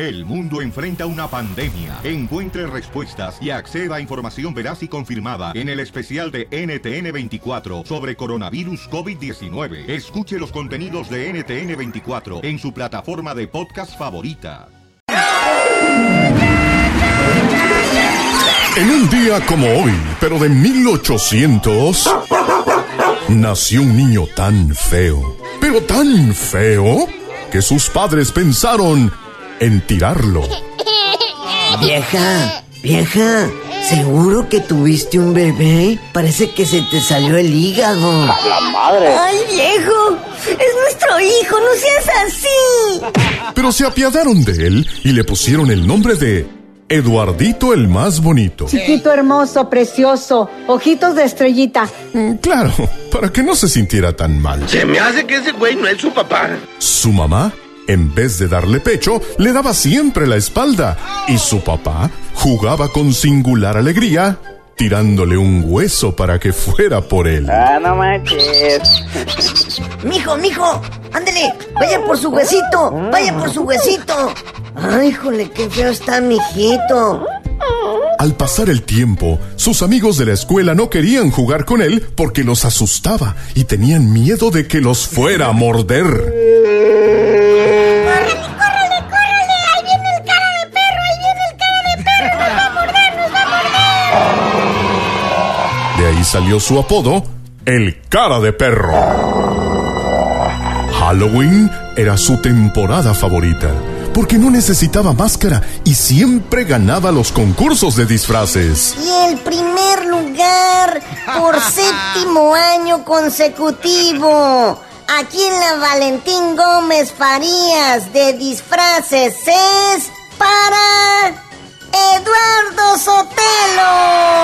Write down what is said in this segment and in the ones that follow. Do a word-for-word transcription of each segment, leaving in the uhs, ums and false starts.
El mundo enfrenta una pandemia. Encuentre respuestas y acceda a información veraz y confirmada en el especial de N T N veinticuatro sobre coronavirus COVID diecinueve. Escuche los contenidos de N T N veinticuatro en su plataforma de podcast favorita. En un día como hoy, pero de mil ochocientos, nació un niño tan feo, pero tan feo, que sus padres pensaron en tirarlo. Vieja, vieja, ¿seguro que tuviste un bebé? Parece que se te salió el hígado. ¡A la madre! ¡Ay, viejo! ¡Es nuestro hijo! ¡No seas así! Pero se apiadaron de él y le pusieron el nombre de Eduardito el más bonito. Chiquito hermoso, precioso, ojitos de estrellita. Mm, claro, para que no se sintiera tan mal. Se me hace que ese güey no es su papá. Su mamá, en vez de darle pecho, le daba siempre la espalda. Y su papá jugaba con singular alegría, tirándole un hueso para que fuera por él. Ah, no manches. Mijo, mijo, ándele, vaya por su huesito, vaya por su huesito. Ay, híjole, qué feo está mi hijito. Al pasar el tiempo, sus amigos de la escuela no querían jugar con él porque los asustaba y tenían miedo de que los fuera a morder. ¡Córrele, córrele, córrele! ¡Ahí viene el cara de perro! ¡Ahí viene el cara de perro! ¡Nos va a morder, nos va a morder! De ahí salió su apodo, el cara de perro. Halloween era su temporada favorita, porque no necesitaba máscara y siempre ganaba los concursos de disfraces. Y el primer lugar por séptimo año consecutivo. Aquí en la Valentín Gómez Farías de disfraces es para Eduardo Sotelo.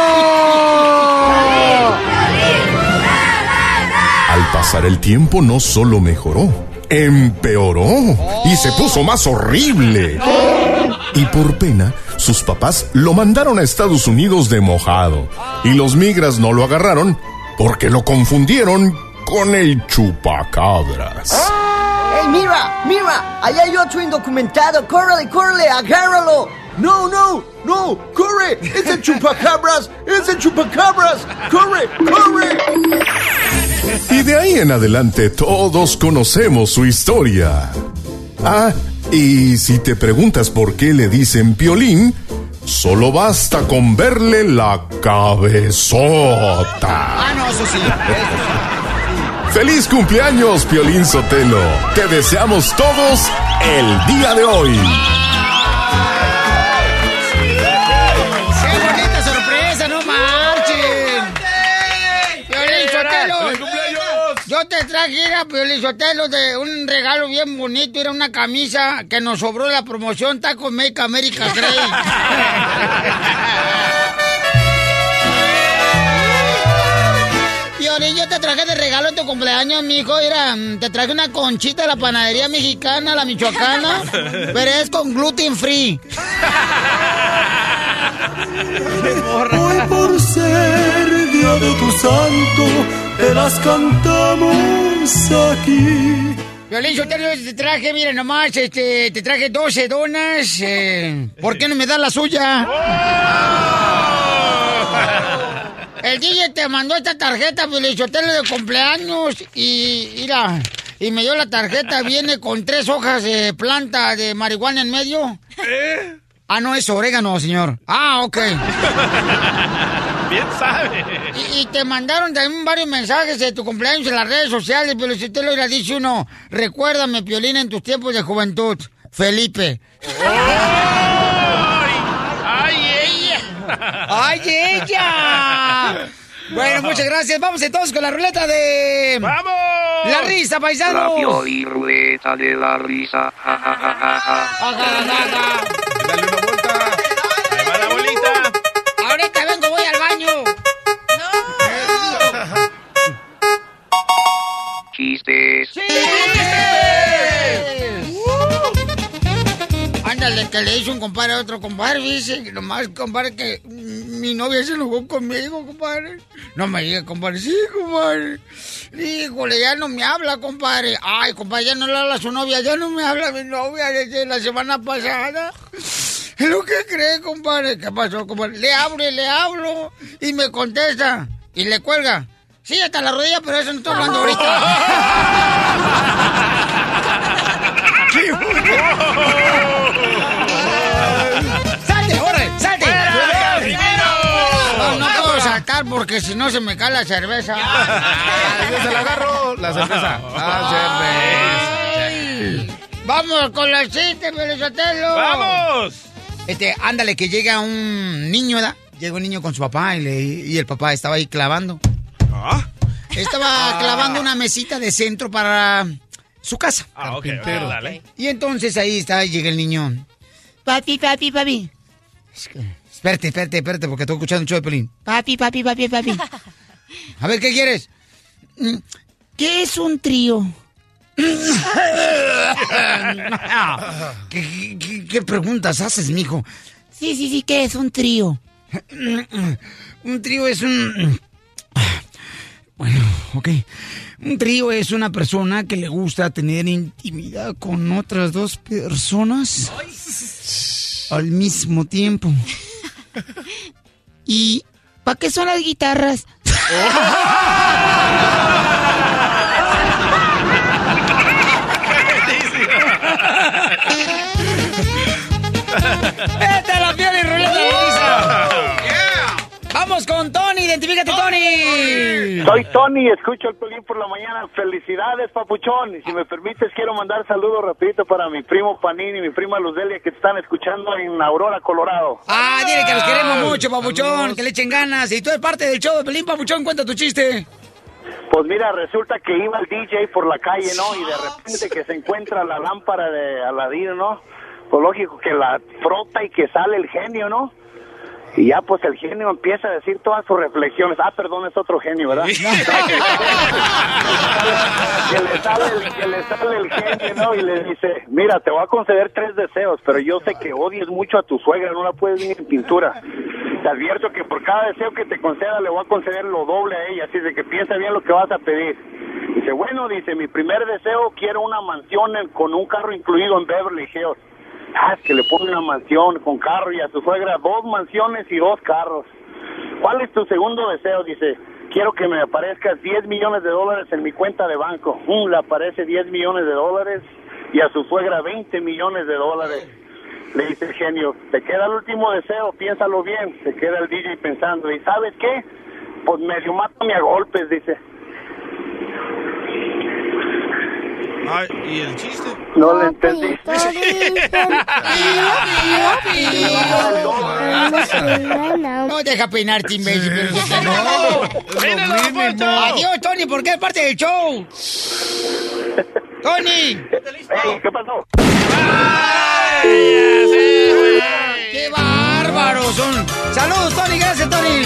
Al pasar el tiempo no solo mejoró, empeoró y se puso más horrible. Y por pena, sus papás lo mandaron a Estados Unidos de mojado. Y los migras no lo agarraron porque lo confundieron con el chupacabras. ¡Ey, mira, mira! Allá hay otro indocumentado. ¡Córrele, córrele, agárralo! ¡No, no, no! ¡Corre! ¡Es el chupacabras! ¡Es el chupacabras! ¡Corre, corre! Y de ahí en adelante todos conocemos su historia. Ah, y si te preguntas por qué le dicen Piolín, solo basta con verle la cabezota. Ah, no, eso sí. ¡Feliz cumpleaños, Piolín Sotelo! Te deseamos todos el día de hoy. ¡Qué bonita sorpresa, no marchen! ¡Piolín Sotelo! Yo te traje, era Piolín Sotelo, de un regalo bien bonito, era una camisa que nos sobró de la promoción Taco Make America Great. Piolín, yo te traje de regalo en tu cumpleaños, mijo. Mira, te traje una conchita de la panadería mexicana, la michoacana, pero es con gluten free. Hoy por ser día de tu santo, te las cantamos aquí. Piolín, yo te, te traje, mira nomás, este, te traje doce donas. Eh, ¿Por qué no me das la suya? El D J te mandó esta tarjeta, Piolín Sotelo, de cumpleaños. Y mira, y me dio la tarjeta, viene con tres hojas de planta de marihuana en medio. ¿Eh? Ah, no, es orégano, señor. Ah, ok. Bien sabe. Y, y te mandaron también varios mensajes de tu cumpleaños en las redes sociales, Piolín Sotelo, y le dice uno: recuérdame, Piolín, en tus tiempos de juventud. Felipe. ¡Ay, ella! ¡Ay, ella! Bueno, muchas gracias. Vamos entonces con la ruleta de... ¡Vamos! ¡La risa, paisanos! La Piolín ruleta de la risa. Ja, ja, ja, ja, ja. Dale una vuelta. Ahí va la bolita. Ahorita vengo, voy al baño. No. Chistes. ¡Sí! Ándale, que le hizo un compadre a otro compadre, dice, nomás compadre que mi novia se enojó conmigo, compadre. No me diga, compadre. Sí, compadre. Híjole, ya no me habla, compadre. Ay, compadre, ya no le habla a su novia. Ya no me habla mi novia desde la semana pasada. ¿Lo que cree, compadre? ¿Qué pasó, compadre? Le hablo y le hablo. Y me contesta. Y le cuelga. Sí, hasta la rodilla, pero eso no estoy hablando ahorita. ¡Salte, órale, salte! No, no puedo saltar porque si no se me cae la cerveza. Ah, yo se la agarro, la cerveza. La cerveza. Vamos con los chistes, Pelizotelo. ¡Vamos! Este, ándale, que llega un niño, ¿verdad? Llega un niño con su papá y, le, y el papá estaba ahí clavando. ¿Ah? Estaba ah. clavando una mesita de centro para su casa. Ah, ok, okay, dale. Y entonces ahí está, llega el niño. Papi, papi, papi. Espérate, espérate, espérate, porque estoy escuchando un show de Pelín. Papi, papi, papi, papi. A ver, ¿qué quieres? ¿Qué es un trío? ¿Qué, qué, qué preguntas haces, mijo? Sí, sí, sí, ¿qué es un trío? Un trío es un... Bueno, ok. Un trío es una persona que le gusta tener intimidad con otras dos personas al mismo tiempo. ¿Y para qué son las guitarras? ¡Vete a la piel y ruleta de risa! ¡Vamos con Tony! ¡Identifícate, Tony! Soy Tony, escucho el Pelín por la mañana. Felicidades, papuchón. Y si me permites, quiero mandar saludos rapidito para mi primo Panini y mi prima Ludelia, que te están escuchando en Aurora, Colorado. Ah, dile que los queremos mucho, papuchón. Saludos. Que le echen ganas. Y tú eres parte del show de Pelín, papuchón. Cuenta tu chiste. Pues mira, resulta que iba el D J por la calle, ¿no? Y de repente que se encuentra la lámpara de Aladino, ¿no? Pues lógico que la frota y que sale el genio, ¿no? Y ya pues el genio empieza a decir todas sus reflexiones. Ah, perdón, es otro genio, ¿verdad? que, le sale el, que le sale el genio, ¿no? Y le dice, mira, te voy a conceder tres deseos, pero yo sé que odies mucho a tu suegra, no la puedes ver en pintura. Te advierto que por cada deseo que te conceda le voy a conceder lo doble a ella, así de que piensa bien lo que vas a pedir. Dice, bueno, dice, mi primer deseo, quiero una mansión en, con un carro incluido en Beverly Hills. Ah, es que le pone una mansión con carro y a su suegra dos mansiones y dos carros. ¿Cuál es tu segundo deseo? Dice, quiero que me aparezcas diez millones de dólares en mi cuenta de banco. Um, le aparece diez millones de dólares y a su suegra veinte millones de dólares. Le dice el genio, te queda el último deseo, piénsalo bien. Se queda el D J pensando, ¿y sabes qué? Pues medio mátame a golpes, dice. Ay, ¿y el chiste? No lo entendí. No deja peinarte, imbécil. No. Adiós, Tony, porque es parte del show. Tony. Hey, ¿qué pasó? ¡Qué bárbaros son! ¡Saludos, Tony! ¡Gracias, Tony!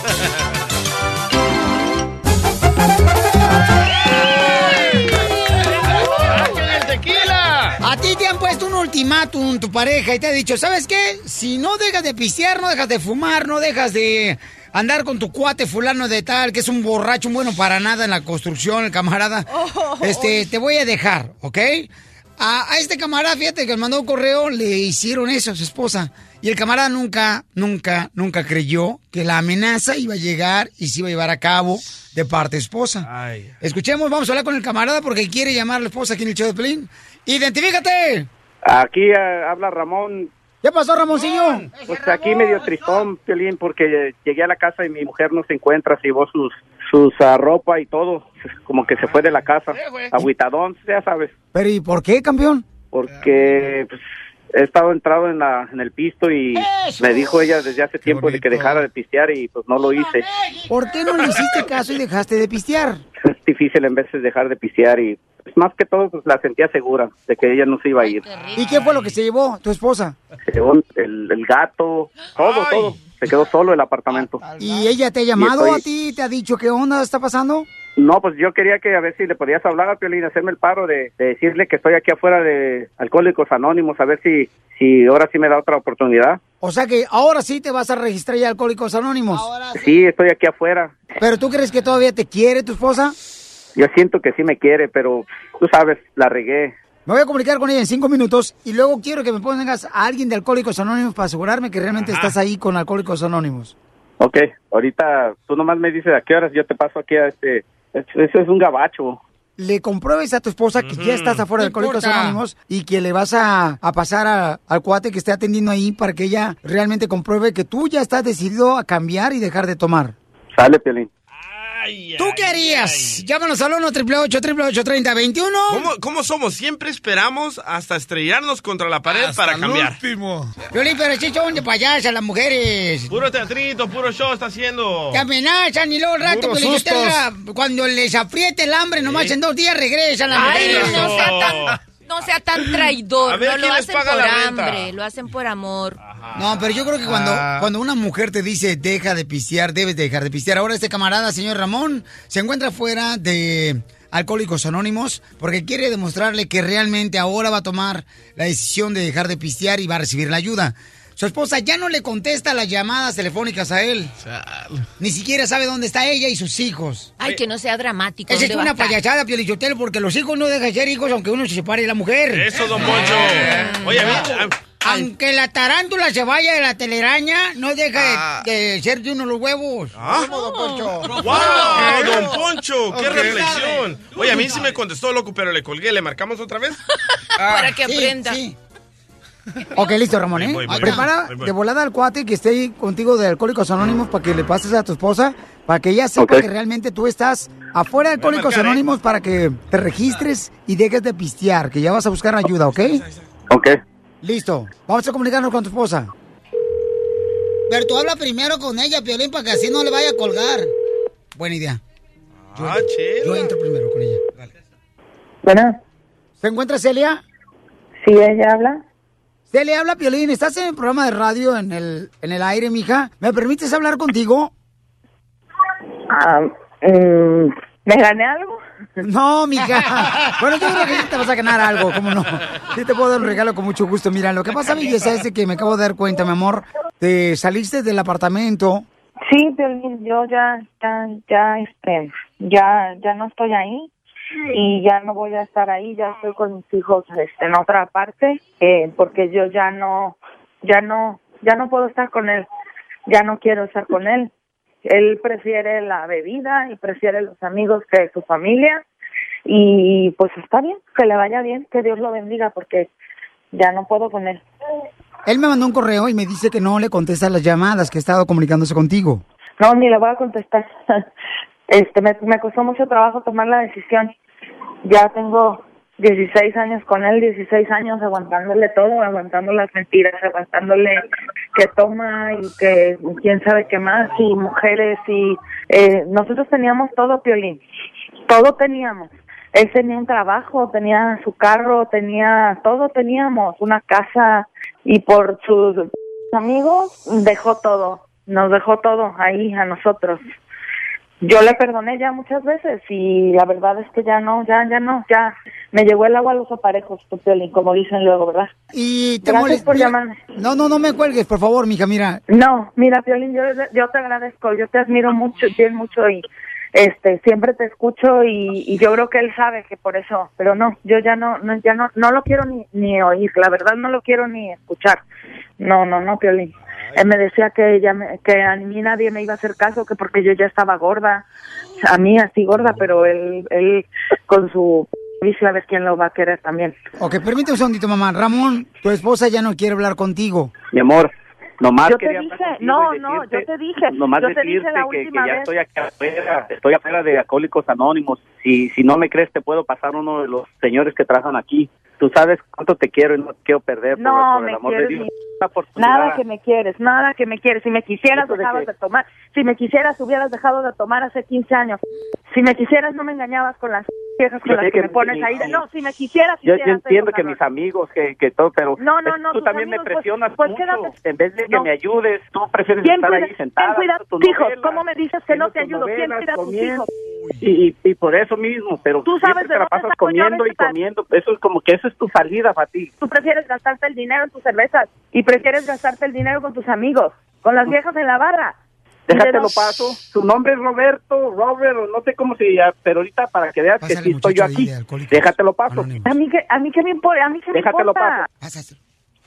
A ti te han puesto un ultimátum tu pareja y te ha dicho, ¿sabes qué? Si no dejas de pistear, no dejas de fumar, no dejas de andar con tu cuate fulano de tal, que es un borracho, un bueno para nada en la construcción, el camarada, oh, este, oh. te voy a dejar, ¿ok? A, a este camarada, fíjate que le mandó un correo, le hicieron eso a su esposa. Y el camarada nunca, nunca, nunca creyó que la amenaza iba a llegar y se iba a llevar a cabo de parte de esposa. Ay. Escuchemos, vamos a hablar con el camarada porque quiere llamar a la esposa aquí en el show de Pelín. ¡Identifícate! Aquí uh, habla Ramón. ¿Qué pasó, Ramoncillo? Pues aquí medio tristón, Pelín, porque llegué a la casa y mi mujer no se encuentra, se llevó sus, sus uh, ropa y todo, como que se fue de la casa, agüitadón, ya sabes. ¿Pero y por qué, campeón? Porque pues, he estado entrado en la en el pisto y ¡eso! Me dijo ella desde hace qué tiempo de que dejara de pistear y pues no lo hice. ¿Por qué no le hiciste caso y dejaste de pistear? Es difícil en veces dejar de pistear y pues, más que todo pues la sentía segura de que ella no se iba a ir. ¿Y qué fue lo que se llevó tu esposa? Se llevó el, el gato, todo, Ay. todo. Se quedó solo el apartamento. ¿Y ella te ha llamado estoy... a ti? ¿Te ha dicho qué onda está pasando? No, pues yo quería que a ver si le podías hablar a Piolín, hacerme el paro de, de decirle que estoy aquí afuera de Alcohólicos Anónimos, a ver si, si ahora sí me da otra oportunidad. O sea que ahora sí te vas a registrar ya Alcohólicos Anónimos. Sí. sí, estoy aquí afuera. ¿Pero tú crees que todavía te quiere tu esposa? Yo siento que sí me quiere, pero tú sabes, la regué. Me voy a comunicar con ella en cinco minutos y luego quiero que me pongas a alguien de Alcohólicos Anónimos para asegurarme que realmente Ajá. estás ahí con Alcohólicos Anónimos. Ok, ahorita tú nomás me dices a qué horas yo te paso aquí a este... Ese es un gabacho. Le compruebes a tu esposa que uh-huh. ya estás afuera de Alcohólicos Anónimos y que le vas a, a pasar a, al cuate que esté atendiendo ahí para que ella realmente compruebe que tú ya estás decidido a cambiar y dejar de tomar. Sale, Piolín. Ay, ¿Tú qué harías? Ay. Llámanos al uno, ocho ocho ocho, ocho ocho, tres cero, dos uno. ¿Cómo, ¿Cómo somos? Siempre esperamos hasta estrellarnos contra la pared hasta para cambiar. Último. Violín, pero sí son de payasas las mujeres. Puro teatrito, puro show está haciendo. Te amenazan y luego el rato que les tenga, cuando les apriete el hambre, nomás ¿Sí? en dos días regresan las Ay, mujeres. no sea tan... No sea tan traidor, a ver, no lo hacen por hambre, renta? Lo hacen por amor. Ajá. No, pero yo creo que cuando, ah. cuando una mujer te dice deja de pistear, debes de dejar de pistear. Ahora este camarada, señor Ramón, se encuentra fuera de Alcohólicos Anónimos porque quiere demostrarle que realmente ahora va a tomar la decisión de dejar de pistear y va a recibir la ayuda. Su esposa ya no le contesta las llamadas telefónicas a él. Chale. Ni siquiera sabe dónde está ella y sus hijos. Ay, que no sea dramático. Esa es una payasada, Piolichotelo, porque los hijos no dejan de ser hijos aunque uno se separe de la mujer. Eso, don Poncho. Oye, a mí... Aunque la tarántula se vaya de la telaraña, no deja ah. de, de ser de uno los huevos. ¿Ah? ¿Cómo, don Poncho? ¡Wow, don Poncho! ¡Qué okay. reflexión! Oye, a mí sí me contestó, loco, pero le colgué. ¿Le marcamos otra vez? Ah. Para que aprenda. Sí, sí. Ok, listo, Ramón, ¿eh? Voy, voy, Prepara voy, voy. de volada al cuate que esté ahí contigo de Alcohólicos Anónimos para que le pases a tu esposa, para que ella sepa okay. que realmente tú estás afuera de Alcohólicos marcar, Anónimos, ¿eh? Para que te registres y dejes de pistear, que ya vas a buscar ayuda, ¿ok? Ok. Listo. Vamos a comunicarnos con tu esposa. Pero tú habla primero con ella, Piolín, para que así no le vaya a colgar. Buena idea. Yo, ah, chido. Yo entro primero con ella. Dale. Bueno. ¿Se encuentra Celia? Sí, ella habla. Celia, habla Piolín. ¿Estás en el programa de radio en el, en el aire, mija? ¿Me permites hablar contigo? Ah, um, ¿me gané algo? No, mija. Bueno, yo creo que sí te vas a ganar algo, ¿cómo no? Sí te puedo dar un regalo con mucho gusto. Mira, lo que pasa, mi belleza, es de que me acabo de dar cuenta, mi amor, te saliste del apartamento. Sí, Piolín, yo ya, ya, ya, este, ya, ya no estoy ahí. Y ya no voy a estar ahí, ya estoy con mis hijos este, en otra parte, eh, porque yo ya no, ya no, ya no puedo estar con él, ya no quiero estar con él. Él prefiere la bebida y prefiere los amigos que su familia, y pues está bien, que le vaya bien, que Dios lo bendiga, porque ya no puedo con él. Él me mandó un correo y me dice que no le contesta las llamadas, que ha estado comunicándose contigo. No, ni le voy a contestar. Este, me, me costó mucho trabajo tomar la decisión. Ya tengo dieciséis años con él, dieciséis años aguantándole todo, aguantando las mentiras, aguantándole que toma y que quién sabe qué más, y mujeres, y eh, nosotros teníamos todo, Piolín, todo teníamos. Él tenía un trabajo, tenía su carro, tenía todo, teníamos una casa, y por sus amigos dejó todo, nos dejó todo ahí a nosotros. Yo le perdoné ya muchas veces y la verdad es que ya no, ya, ya no, ya me llegó el agua a los aparejos, Piolín, como dicen luego, ¿verdad? Y te Gracias por llamarme. No, no, no me cuelgues, por favor, mija, mira. No, mira, Piolín, yo, yo te agradezco, yo te admiro mucho, bien mucho y este siempre te escucho y, y yo creo que él sabe que por eso, pero no, yo ya no, no ya no, no lo quiero ni, ni oír, la verdad no lo quiero ni escuchar. No, no, no, Piolín. Él me decía que ella me, que a mí nadie me iba a hacer caso, que porque yo ya estaba gorda, a mí así gorda, pero él, él con su vicio a ver quién lo va a querer también. Ok, permíteme un segundito, mamá. Ramón, tu esposa ya no quiere hablar contigo. Mi amor, nomás yo te quería dije, no, no, yo te dije, nomás yo decirte te dije la que, última que ya vez. estoy aquí afuera, estoy afuera de Alcohólicos Anónimos. Si, si no me crees, te puedo pasar uno de los señores que trabajan aquí. Tú sabes cuánto te quiero y no te quiero perder. No, por, por me el amor quieres de Dios. Ni... Nada que me quieres, nada que me quieres. Si me quisieras, de dejabas que... de tomar. Si me quisieras, hubieras dejado de tomar hace quince años. Si me quisieras, no me engañabas con las viejas con yo las que, que me pones mi... ahí. No, si me quisieras, yo, hicieras yo entiendo eso, que mis amigos, que, que todo, pero no, no, no, tú también amigos, me presionas pues, mucho. Pues quédate... En vez de que no. me ayudes, tú prefieres ¿Quién estar cuida, ahí sentada. ¿Quién cuida a tus hijos? ¿Cómo me dices que no te ayudo? ¿Quién cuida a tus hijos? Y, y, y por eso mismo, pero Tú sabes siempre te de la dónde pasas saco yo comiendo y esta- comiendo. Eso es como que eso es tu salida para ti. Tú prefieres gastarte el dinero en tus cervezas y prefieres gastarte el dinero con tus amigos, con las viejas en la barra. Déjate Y de lo no- paso. Su nombre es Roberto, Robert, o no sé cómo se llama, pero ahorita para que veas que sí estoy yo aquí. Déjate lo paso. A mí que a mí que me importa, a mí que me Déjate lo importa. paso.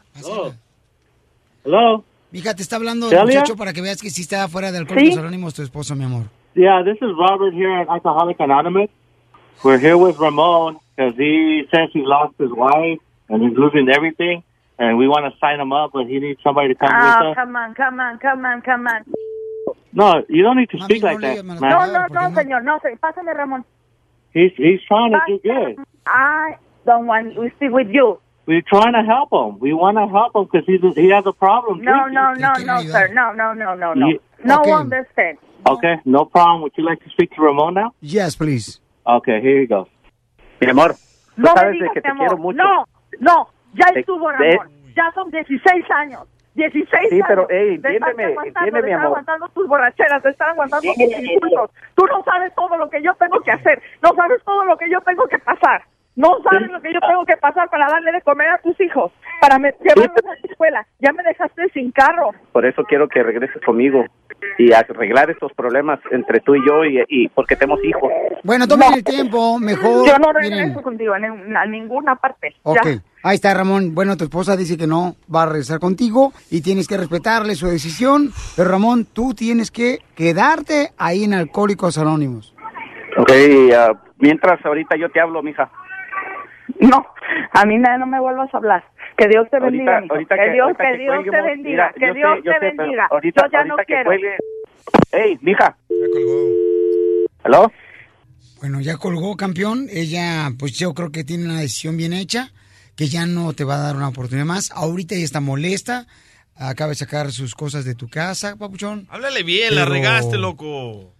Hello. Mija, te está hablando el Celia? muchacho para que veas que sí está fuera de Alcohólicos Sí. Anónimos tu esposo, mi amor. Yeah, this is Robert here at Alcoholics Anonymous. We're here with Ramon because he says he lost his wife and he's losing everything, and we want to sign him up, but he needs somebody to come Ah, with us. come on, come on, come on, come on. No, you don't need to speak like that, No, man. no, no, señor, no, se- pásame, Ramón. He's he's trying to do good. I don't want to speak with you. We're trying to help him. We want to help him because he's he has a problem. No, drinking. no, no, no, sir, no, no, no, no, no. You- No Okay. understand. Okay, no problem. Would you like to speak to Ramon now? Yes, please. Okay, here you go. Mi amor, tú No me sabes de digas, que te mi amor. quiero mucho. No, no, ya Te- estuvo, de- Ramón. Ya son dieciséis años. dieciséis Sí, años. pero, ey, de estarte entiéndeme, aguantando, entiende, de mi estar amor. aguantando tus borracheras, de estar aguantando Sí, tus insultos. Tú no sabes todo lo que yo tengo que hacer. No sabes todo lo que yo tengo que pasar. No sabes lo que yo tengo que pasar para darle de comer a tus hijos, para me- llevarlos a la escuela. Ya me dejaste sin carro. Por eso quiero que regreses conmigo y arreglar estos problemas entre tú y yo y, y porque tenemos hijos. Bueno, tomen el tiempo, mejor. Yo no regreso miren. contigo a, ni- a ninguna parte. Ok, Ya. ahí está Ramón. Bueno, tu esposa dice que no va a regresar contigo y tienes que respetarle su decisión. Pero Ramón, tú tienes que quedarte ahí en Alcohólicos Anónimos. Ok, ah, mientras ahorita yo te hablo, mija. No, a mí nada, no me vuelvas a hablar. Que Dios te bendiga, Ahorita- mijo. ahorita que, que- Dios, ahorita que que Dios te cuelguemos, bendiga, mira, que yo sé, Dios yo te sé, pero bendiga. ahorita- yo ya no ahorita que quiero. cuelgue- Ey, mija. ¿Aló? Bueno, ya colgó, campeón. Ella, pues yo creo que tiene una decisión bien hecha, que ya no te va a dar una oportunidad más. Ahorita ella está molesta. Acaba de sacar sus cosas de tu casa, papuchón. Háblale bien, la Pero- regaste, loco.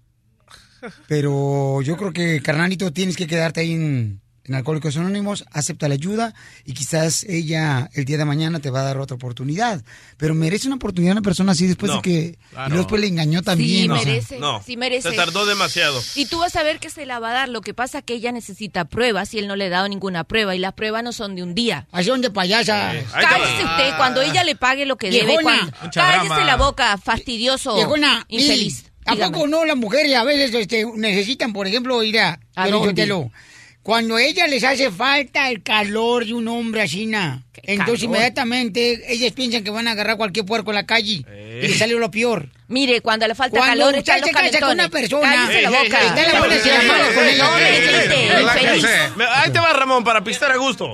Pero yo creo que, carnalito, tienes que quedarte ahí en, en Alcohólicos Anónimos, acepta la ayuda y quizás ella el día de mañana te va a dar otra oportunidad. Pero merece una oportunidad una persona así después No, de que... claro. Y luego después le engañó también. Sí, o sea. merece. No, Sí merece. se tardó demasiado. Y tú vas a ver que se la va a dar. Lo que pasa es que ella necesita pruebas y él no le ha dado ninguna prueba. Y las pruebas no son de un día. Ay, son de payasa. Cállese usted cuando ella le pague lo que debe. Viejona. Cuando... Mucha Cállese drama. la boca, fastidioso, Viejona, infeliz. y, ¿a Dígame. poco no las mujeres a veces este, necesitan, por ejemplo, ir a... ¿A Piolín dónde? Sotelo, cuando a ellas les hace falta el calor de un hombre así, na, entonces calor? inmediatamente ellas piensan que van a agarrar cualquier puerco en la calle y les sale lo peor. Mire, cuando le falta Cuando calor, usted echan los se casa con calentones. una persona, Cállese la Ey, ey, boca. ey, está la buena y la mala con ella. No, me grite, infeliz. Relájense. Me- Ahí te va, Ramón, para pistar a gusto.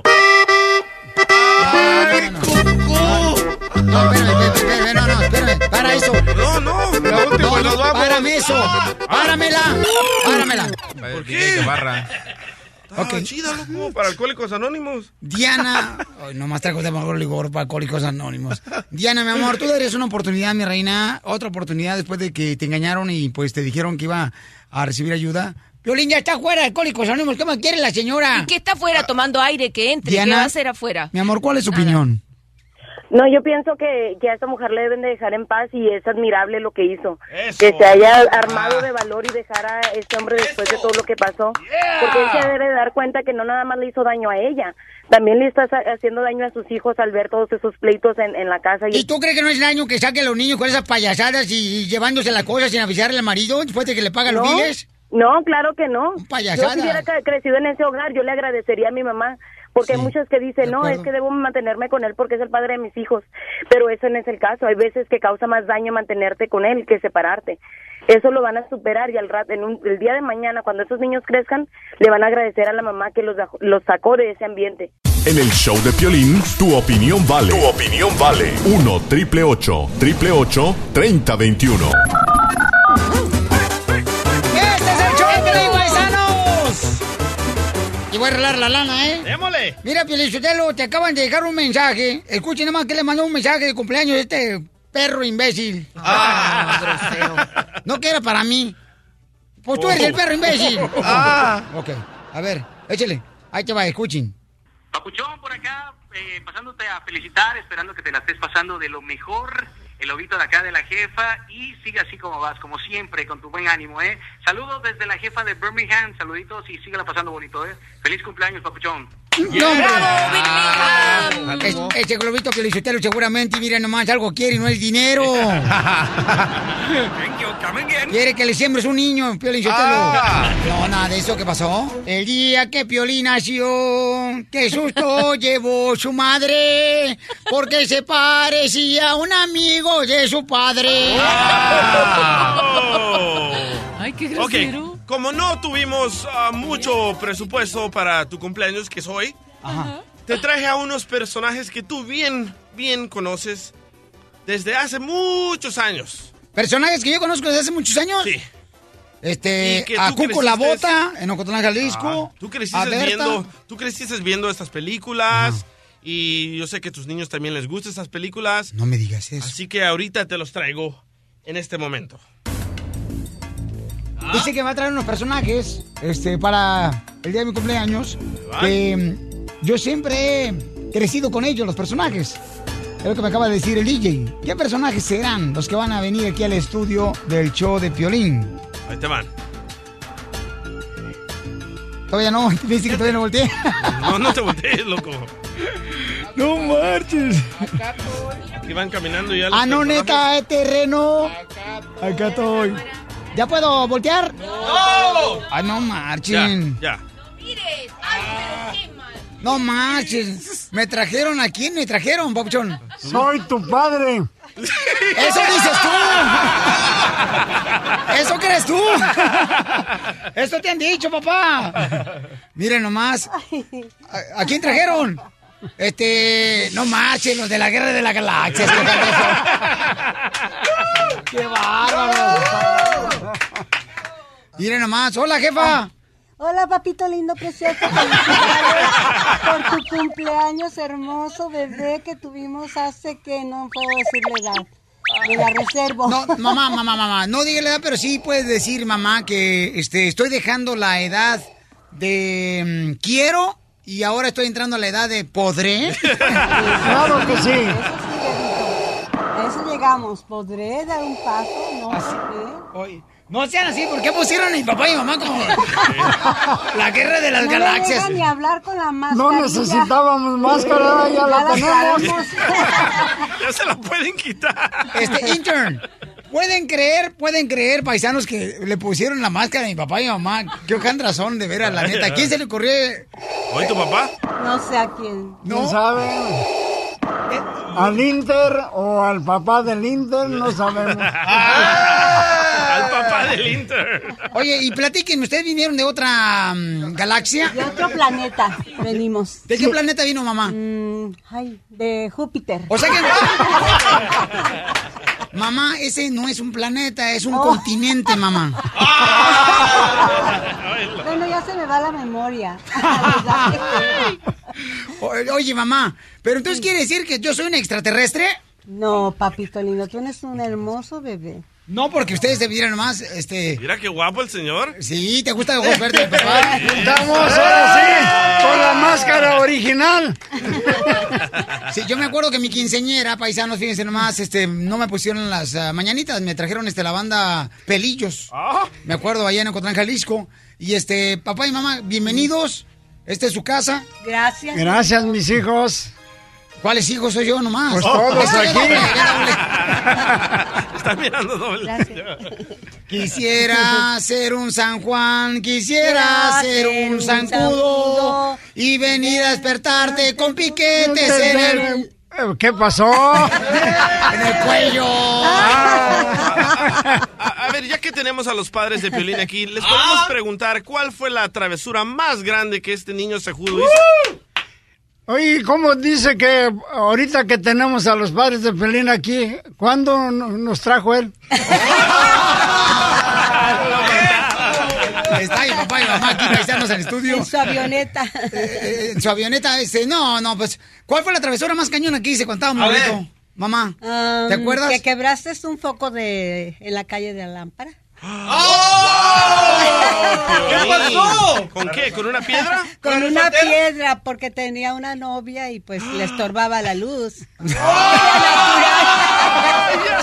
No, espérame, espérame, espérame, no, no, espérame, para eso. No, no, la última, No, nos no, vamos. párame eso, páramela, páramela. ¿Por qué? Que barra. Ok. Chida, loco, para Alcohólicos Anónimos. Diana, ay, no más traigo de mejor ligor para Alcohólicos Anónimos. Diana, mi amor, tú darías una oportunidad, mi reina, otra oportunidad después de que te engañaron y pues te dijeron que iba a recibir ayuda. Violín ya está fuera de Alcohólicos Anónimos, ¿qué más quiere la señora? ¿Y qué está afuera tomando aire? Que entre. ¿Qué Diana, va a hacer afuera? Mi amor, ¿cuál es su opinión? No, yo pienso que, que a esta mujer le deben de dejar en paz y es admirable lo que hizo. Eso. Que se haya armado de valor y dejar a este hombre después de todo lo que pasó. Porque él se debe de dar cuenta que no nada más le hizo daño a ella, también le está sa- haciendo daño a sus hijos al ver todos esos pleitos en, en la casa. ¿Y tú crees que no es daño que saque a los niños con esas payasadas y, y llevándose las cosas sin avisarle al marido después de que le paga los No, biles? No, claro que no. Payasada. Yo si hubiera cre- crecido en ese hogar, yo le agradecería a mi mamá. Porque hay muchos que dicen, no, es que debo mantenerme con él porque es el padre de mis hijos. Pero eso no es el caso. Hay veces que causa más daño mantenerte con él que separarte. Eso lo van a superar y al rato, en un, el día de mañana, cuando esos niños crezcan, le van a agradecer a la mamá que los, daj- los sacó de ese ambiente. En el show de Piolín, tu opinión vale. Tu opinión vale. uno triple ocho triple ocho treinta veintiuno. ¡Este es el show de Piolín, paisanos! Y voy a arreglar la lana, ¿eh? ¡Démosle! Mira, Piolichotelo, te acaban de dejar un mensaje. Escuchen nomás que le mandó un mensaje de cumpleaños a este perro imbécil. Ah, grosero. No que era para mí. Pues tú eres el perro imbécil. Ah. Ok, a ver, échale. Ahí te va, escuchen. Papuchón, por acá, eh, pasándote a felicitar, esperando que te la estés pasando de lo mejor el lobito de acá de la jefa, y sigue así como vas, como siempre, con tu buen ánimo, ¿eh? Saludos desde la jefa de Birmingham, saluditos y síguela pasando bonito, ¿eh? Feliz cumpleaños, papuchón. ¡No, hombre! Ah, es, ese globito que le hizo seguramente, mira nomás, algo quiere y no es dinero. Quiere que le siembres un niño, Piolín Sotelo. Ah. No, nada de eso, ¿qué pasó? El día que Piolín nació, qué susto llevó su madre, porque se parecía a un amigo de su padre. Oh. Ay, qué grosero. Ok, como no tuvimos uh, mucho presupuesto para tu cumpleaños, que es hoy, Ajá. te traje a unos personajes que tú bien, bien conoces desde hace muchos años. ¿Personajes que yo conozco desde hace muchos años? Sí. Este, a Cuco La Bota, en Ocotlán, Jalisco. Ah, tú creciste viendo, tú creciste viendo estas películas. Ajá. Y yo sé que a tus niños también les gustan estas películas. No me digas eso. Así que ahorita te los traigo en este momento. Dice que va a traer unos personajes este, para el día de mi cumpleaños. Que yo siempre he crecido con ellos, los personajes. Es lo que me acaba de decir el D J. ¿Qué personajes serán los que van a venir aquí al estudio del show de Piolín? Ahí te van. Todavía no, me dice que todavía no volteé. No, no te voltees, loco. No marches. Aquí van caminando ya. Ah, no, neta, es terreno. Acá estoy. ¿Ya puedo voltear? ¡No! Ah, no marchen. Ya, ya. Mire, ay, pero qué mal. No marches. ¿Me trajeron a quién? ¿Me trajeron, papuchón? Soy tu padre. ¡Eso dices tú! ¡Eso crees tú! ¡Eso te han dicho, papá! Miren nomás. ¿A, a quién trajeron? Este... No marchen, los de la Guerra de las Galaxias. ¡Qué bárbaro! Miren nomás. ¡Hola, jefa! Hola, papito lindo, precioso. Felicidades por tu cumpleaños hermoso, bebé, que tuvimos hace que no puedo decir la edad. Me la reservo. No, mamá, mamá, mamá. No diga la edad, pero sí puedes decir, mamá, que este, estoy dejando la edad de um, quiero y ahora estoy entrando a la edad de podré. Claro que sí. Eso sí, bebito. A eso llegamos. ¿Podré dar un paso? No sé. Hoy. No sean así, ¿por qué pusieron a mi papá y mi mamá como la Guerra de las no Galaxias? No ni hablar con la máscara. No necesitábamos máscara, ya, ya la, la tenemos. Ya se la pueden quitar. Este, intern, ¿pueden creer, pueden creer, paisanos, que le pusieron la máscara a mi papá y mi mamá? Qué hojandras son, de veras, la neta. ¿A quién se le ocurrió? ¿Hoy tu papá? No sé a quién. ¿No ¿No? sabe? ¿Eh? ¿Al Inter o al papá del Inter? No sabemos. Al papá del Inter. Oye, y platíquenme, ¿ustedes vinieron de otra um, galaxia? De otro planeta venimos. ¿De qué sí. planeta vino, mamá? Mm, ay, de Júpiter. O sea que... Mamá, ese no es un planeta, es un oh. continente, mamá. Bueno, ya se me va la memoria. Oye, mamá, ¿pero entonces quiere decir que yo soy un extraterrestre? No, papito lindo, tú eres un hermoso bebé. No, porque ustedes se vieron nomás, este... Mira qué guapo el señor. Sí, ¿te gusta el ojos verdes, papá? Estamos ahora sí, con la máscara original. Sí, yo me acuerdo que mi quinceñera, paisanos, fíjense nomás, este, no me pusieron las uh, mañanitas, me trajeron este, la banda Pelillos. Ah. Me acuerdo, allá en Ocotlán, Jalisco. Y este, papá y mamá, bienvenidos. Esta es su casa. Gracias. Gracias, mis hijos. ¿Cuáles hijos soy yo nomás? Pues todos oh, aquí. Está mirando doble. Gracias. Quisiera ser un San Juan, quisiera ser un zancudo y venir a despertarte con piquetes en el... ¿Qué pasó? En el cuello. Ah. A, a ver, ya que tenemos a los padres de Piolín aquí, les podemos ah. preguntar cuál fue la travesura más grande que este niño cejudo hizo. Uh. Oye, ¿cómo dice que ahorita que tenemos a los padres de Piolín aquí, cuándo nos trajo él? Está mi papá y mamá aquí paisanos al estudio. En su avioneta. Eh, en su avioneta, este, no, no, pues, ¿cuál fue la travesura más cañona que hice cuando estaba morrito? Mamá, um, ¿te acuerdas? Que quebraste un foco de en la calle de la lámpara. ¡Oh! ¿Qué pasó? ¿Con qué? ¿Con una piedra? Con, ¿Con una soltero? piedra, porque tenía una novia y pues le estorbaba la luz. ¡Oh!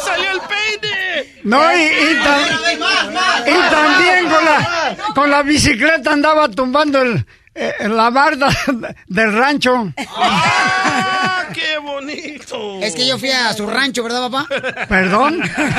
No, y, y, tam- y también con la, con la bicicleta andaba tumbando el, eh, la barda del rancho. ¡Ah, qué bonito! Es que yo fui a su rancho, ¿verdad, papá? ¿Perdón?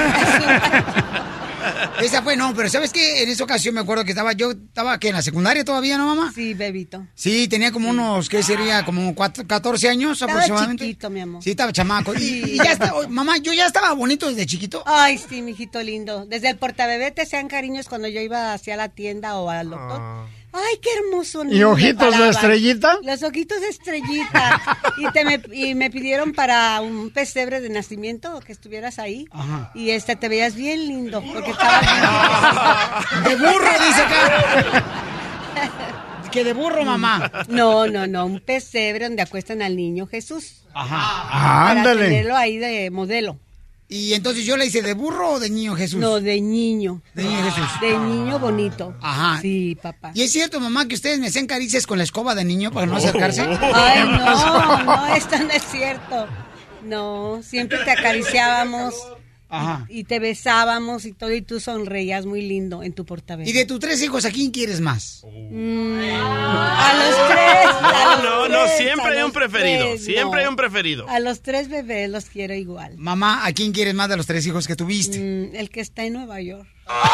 Esa fue, no, pero ¿sabes qué? En esa ocasión me acuerdo que estaba, yo estaba, ¿qué? ¿En la secundaria todavía, no, mamá? Sí, bebito. Sí, tenía como unos, ¿qué sería? Como cuatro, catorce años Estaba aproximadamente. chiquito, mi amor. Sí, estaba chamaco. Y, y ya está, oh, mamá, yo ya estaba bonito desde chiquito. Ay, sí, mijito lindo. Desde el portabebé te hacían cariños cuando yo iba hacia la tienda o al doctor. Ay, qué hermoso. ¿Y ojitos de estrellita? Los ojitos de estrellita. Y, te me, y me pidieron para un pesebre de nacimiento que estuvieras ahí. Ajá. Y este te veías bien lindo porque estabas bien. De burro, dice acá. Que de burro, mamá. No, no, no, un pesebre donde acuestan al niño Jesús. Ajá. Para Ándale. tenerlo ahí de modelo. Y entonces yo le hice, ¿de burro o de niño Jesús? No, de niño. De niño Jesús. De niño bonito. Ajá. Sí, papá. ¿Y es cierto, mamá, que ustedes me hacían caricias con la escoba de niño para no acercarse? Ay, no, no, esto no es cierto. No, siempre te acariciábamos. Ajá. Y, y te besábamos y todo, y tú sonreías muy lindo en tu portabebé. ¿Y de tus tres hijos, a quién quieres más? Mm, a los tres. A los No, no, tres, siempre a hay los un preferido. tres, Siempre no. hay un preferido. A los tres bebés los quiero igual. Mamá, ¿a quién quieres más de los tres hijos que tuviste? Mm, el que está en Nueva York.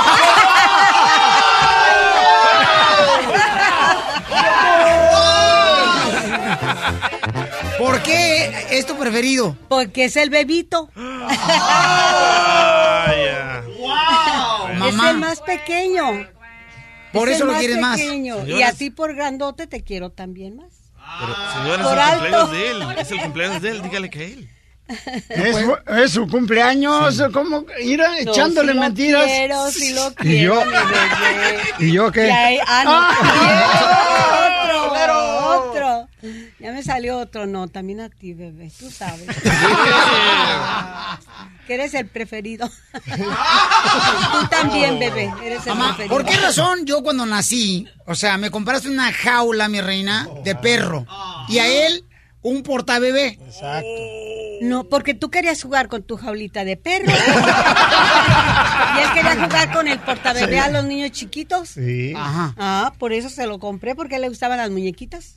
¿Por qué es tu preferido? Porque es el bebito. Vaya. Wow. Es Mamá. el más pequeño. Por Es eso el lo quieres más. pequeño. Y Señores. a ti por grandote te quiero también más. Pero, señora, Por es el alto. cumpleaños de él. Es el cumpleaños de él. Dígale que él. Es, es su cumpleaños, ¿cómo? Ir No, echándole sí lo mentiras. quiero, sí lo ¿Y quiero, yo? mi bebé. ¿Y yo qué? Y ahí- ah, no, Ah. otro, otro. Ya me salió otro, no, también a ti, bebé, tú sabes. Que eres el preferido. Tú también, bebé, eres el Mamá, preferido. ¿por qué razón yo cuando nací, o sea, me compraste una jaula, mi reina, de perro, y a él un portabebé? Exacto. No, porque tú querías jugar con tu jaulita de perro. Y él quería jugar con el portabebé Sí. a los niños chiquitos. Sí. Ajá. Ah, por eso se lo compré, porque le gustaban las muñequitas.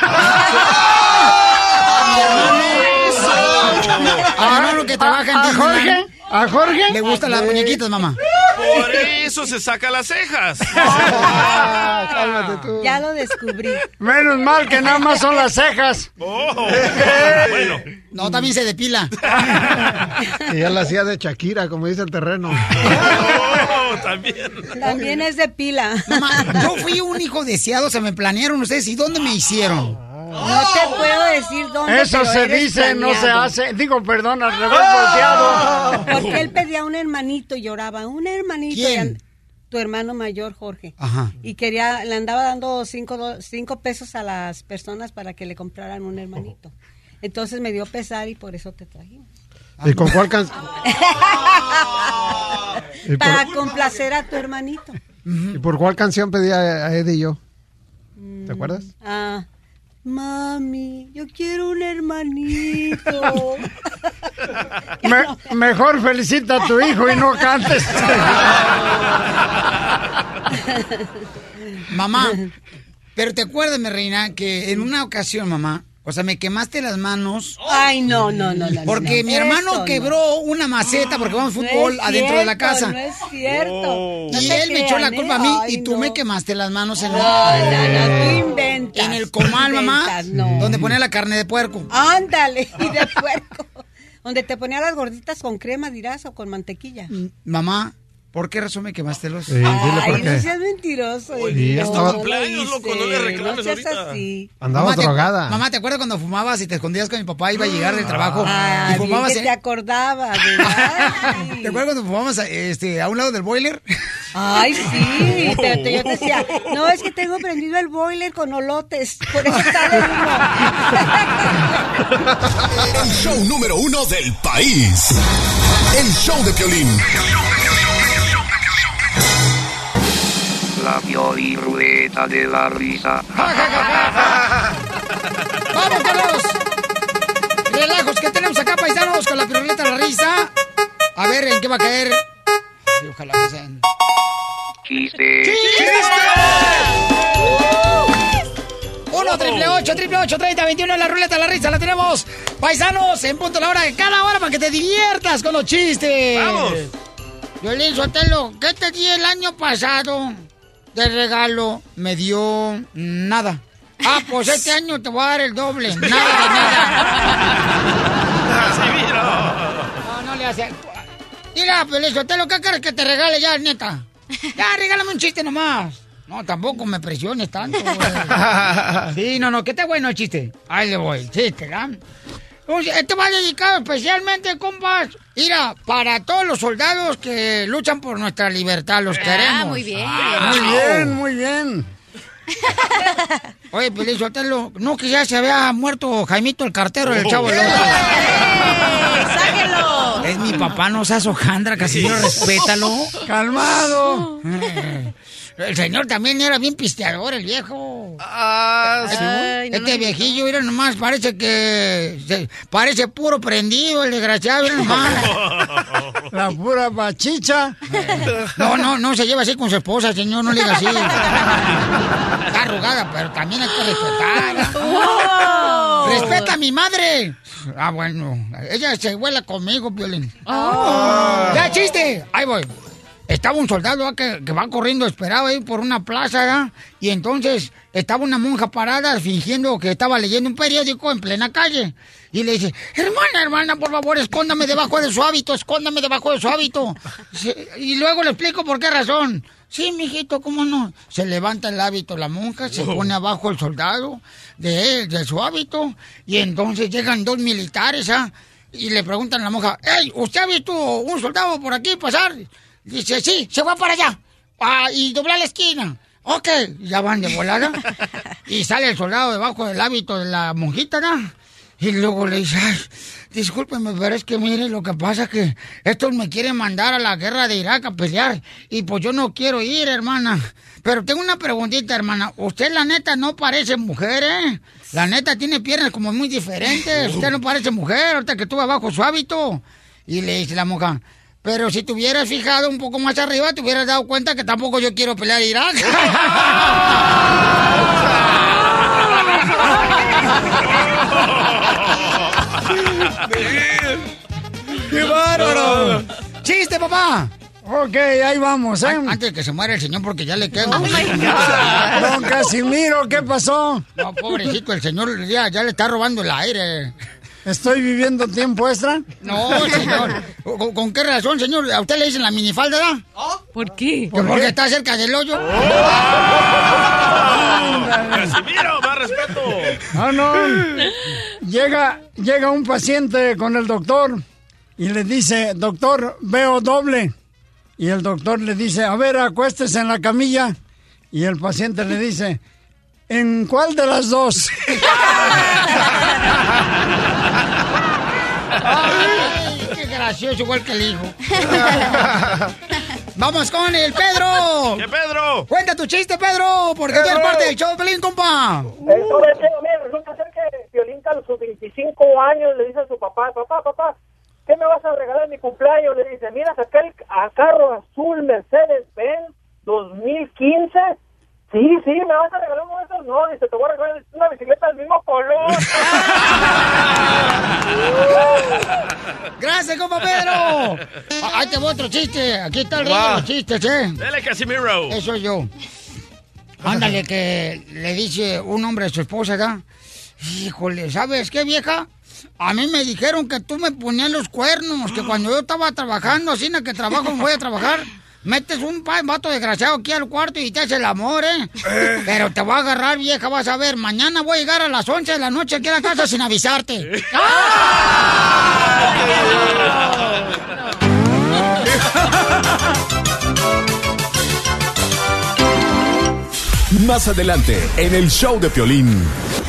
A mi hermano que trabaja en ¿A Disneyland, Jorge? ¿A Jorge? le gustan las muñequitas, mamá. Por eso se saca las cejas. Ah, cálmate tú. Ya lo descubrí. Menos mal que nada más son las cejas. Oh, bueno. No, también se depila. Y ya la hacía de Shakira, como dice el terreno. Oh, también. También es de pila. Mamá, yo fui un hijo deseado, se me planearon ustedes. ¿Y dónde me hicieron? No te puedo decir dónde. Eso pero se eres dice, no se planeado. hace. Digo, perdón, al revés volteado. Porque él pedía un hermanito y lloraba. Un hermanito. ¿Quién? Y and- tu hermano mayor, Jorge. Ajá. Y quería, le andaba dando cinco, do- cinco pesos a las personas para que le compraran un hermanito. Entonces me dio pesar y por eso te trajimos. ¿Y con cuál canción? ¿Y Para por, complacer a tu hermanito. ¿Y por cuál canción pedía a Eddie y yo? ¿Te acuerdas? Ah, mami, yo quiero un hermanito. Me- mejor felicita a tu hijo y no cantes. Mamá, pero te acuerdas, mi reina, que en una ocasión, mamá, o sea, me quemaste las manos. Ay, no, no, no, no. Porque no, mi hermano eso no. quebró una maceta porque vamos No es fútbol adentro de la cierto, casa. No es cierto. Oh. No Y te él me echó la crean, culpa ¿eh? a mí Ay, y tú no. me quemaste las manos en, No, la- no, no, tú inventas. en el comal, mamá, Inventas, no. donde ponía la carne de puerco. Ándale, y de puerco. Donde te ponía las gorditas con crema, dirás, o con mantequilla. Mamá, ¿por qué razón me quemaste los? Sí, dile por Ay, no qué. seas mentiroso. Oye, Eddie, ya no, estaba- no lo Cumpleaños, loco, no le hice, reclames no seas ahorita. así. Andabas Mamá, ¿te- drogada. Mamá, ¿te acuerdas cuando fumabas y te escondías con mi papá? Iba a llegar del trabajo Ah, y bien fumabas. que en- te acordabas, ¿verdad? ¿Te acuerdas cuando fumabas este, a un lado del boiler? Ay, sí, te- te- yo te decía, no, es que tengo prendido el boiler con olotes, por eso sale el humo. El show número uno del país. El show de Piolín. La Pioliruleta de la risa. ¡Vamos con los relajos que tenemos acá, paisanos, con la piruleta de la risa! A ver, ¿en qué va a caer Ojalá que sean. Chiste. uno, triple ocho, triple ocho, treinta, veintiuno en la ruleta de la risa. La tenemos, paisanos, en punto a la hora de cada hora para que te diviertas con los chistes. ¡Vamos! Violín Sotelo, ¿qué te di el año pasado de regalo? Me dio nada. Ah, pues este año te voy a dar el doble. Nada de nada. No, no le hace. Mira, Violín Sotelo, ¿qué quieres que te regale ya, neta? Ya, regálame un chiste nomás. No, tampoco me presiones tanto, güey. Sí, no, no, ¿qué está bueno el chiste? Ahí le voy, chiste, ¿verdad? Este va dedicado especialmente, compas. Mira, para todos los soldados que luchan por nuestra libertad, los queremos. Ah, muy bien. Ah, muy bien, muy bien. Oye, Pelín Sotelo, no que ya se había muerto Jaimito el cartero del Chavo del Ocho. ¡Sáquenlo! Es mi papá, no seas hojandra, Casimiro, respétalo. Calmado. El señor también era bien pisteador, el viejo. Ah, sí. Ay, no, Este no, viejillo, mira nomás, parece que... se- parece puro prendido, el desgraciado, mira nomás. La pura bachicha. No, no, no se lleva así con su esposa, señor, no le diga así. Está arrugada, pero también hay que respetar. Oh. ¡Respeta a mi madre! Ah, bueno, ella se huela conmigo, Violín. Oh. ¡Ya, chiste! Ahí voy. Estaba un soldado ¿va? que, que va corriendo, esperaba ahí por una plaza, ¿va? Y entonces estaba una monja parada fingiendo que estaba leyendo un periódico en plena calle. Y le dice, hermana, hermana, por favor, escóndame debajo de su hábito, escóndame debajo de su hábito. Se- y luego le explico por qué razón. Sí, mijito, ¿cómo no? Se levanta el hábito la monja, se pone abajo el soldado de, de su hábito, y entonces llegan dos militares, ¿ah? Y le preguntan a la monja, ¡Ey, usted ha visto un soldado por aquí pasar! Dice, sí, se va para allá. Ah, y dobla la esquina. Ok, ya van de volada. Y sale el soldado debajo del hábito de la monjita, ¿no? Y luego le dice, ay, discúlpeme, pero es que mire, lo que pasa es que estos me quieren mandar a la guerra de Irak a pelear. Y pues yo no quiero ir, hermana. Pero tengo una preguntita, hermana. Usted, la neta, no parece mujer, ¿eh? La neta tiene piernas como muy diferentes. Usted no parece mujer, ahorita que estuvo abajo su hábito. Y le dice la monja, pero si te hubieras fijado un poco más arriba, te hubieras dado cuenta que tampoco yo quiero pelear Irak. ¡Qué bárbaro! ¡Chiste, papá! Ok, ahí vamos, ¿eh? An- Antes de que se muera el señor, porque ya le queda. Oh, my God. Don Casimiro, ¿qué pasó? No, pobrecito, el señor ya, ya le está robando el aire. ¿Estoy viviendo tiempo extra? No, señor. ¿Con, con qué razón, señor? ¿A usted le dicen la minifalda, ¿verdad? ¿Por qué? ¿Por porque está cerca del hoyo. Casimiro, más respeto. No, no. Llega, llega un paciente con el doctor y le dice, doctor, veo doble. Y el doctor le dice, a ver, acuéstese en la camilla. Y el paciente le dice, ¿en cuál de las dos? Ay, qué gracioso, igual que el hijo. Vamos con el Pedro. ¿Qué Pedro? Cuenta tu chiste, Pedro, porque tú eres parte del show de Pelín, compa. El sobre todo, mira, resulta ser que Piolín a los veinticinco años le dice a su papá, papá, papá, ¿qué me vas a regalar en mi cumpleaños? Le dice, mira, saqué el a carro azul Mercedes-Benz dos mil quince. Sí, sí, ¿me vas a regalar uno de esos? No, dice, te voy a regalar una bicicleta del mismo color. Gracias, compa Pedro. Ah, ahí te voy otro chiste. Aquí está el rey Va. de los chistes, ¿eh? Dale, Casimiro. Eso soy yo. Ándale, que le dice un hombre a su esposa, ¿verdad? Híjole, ¿sabes qué, vieja? A mí me dijeron que tú me ponías los cuernos, que cuando yo estaba trabajando, así en el que trabajo, me voy a trabajar, metes un pa- vato desgraciado aquí al cuarto y te hace el amor, ¿eh? Pero te voy a agarrar, vieja, vas a ver. Mañana voy a llegar a las once de la noche aquí a la casa sin avisarte. Más adelante, en el show de Piolín.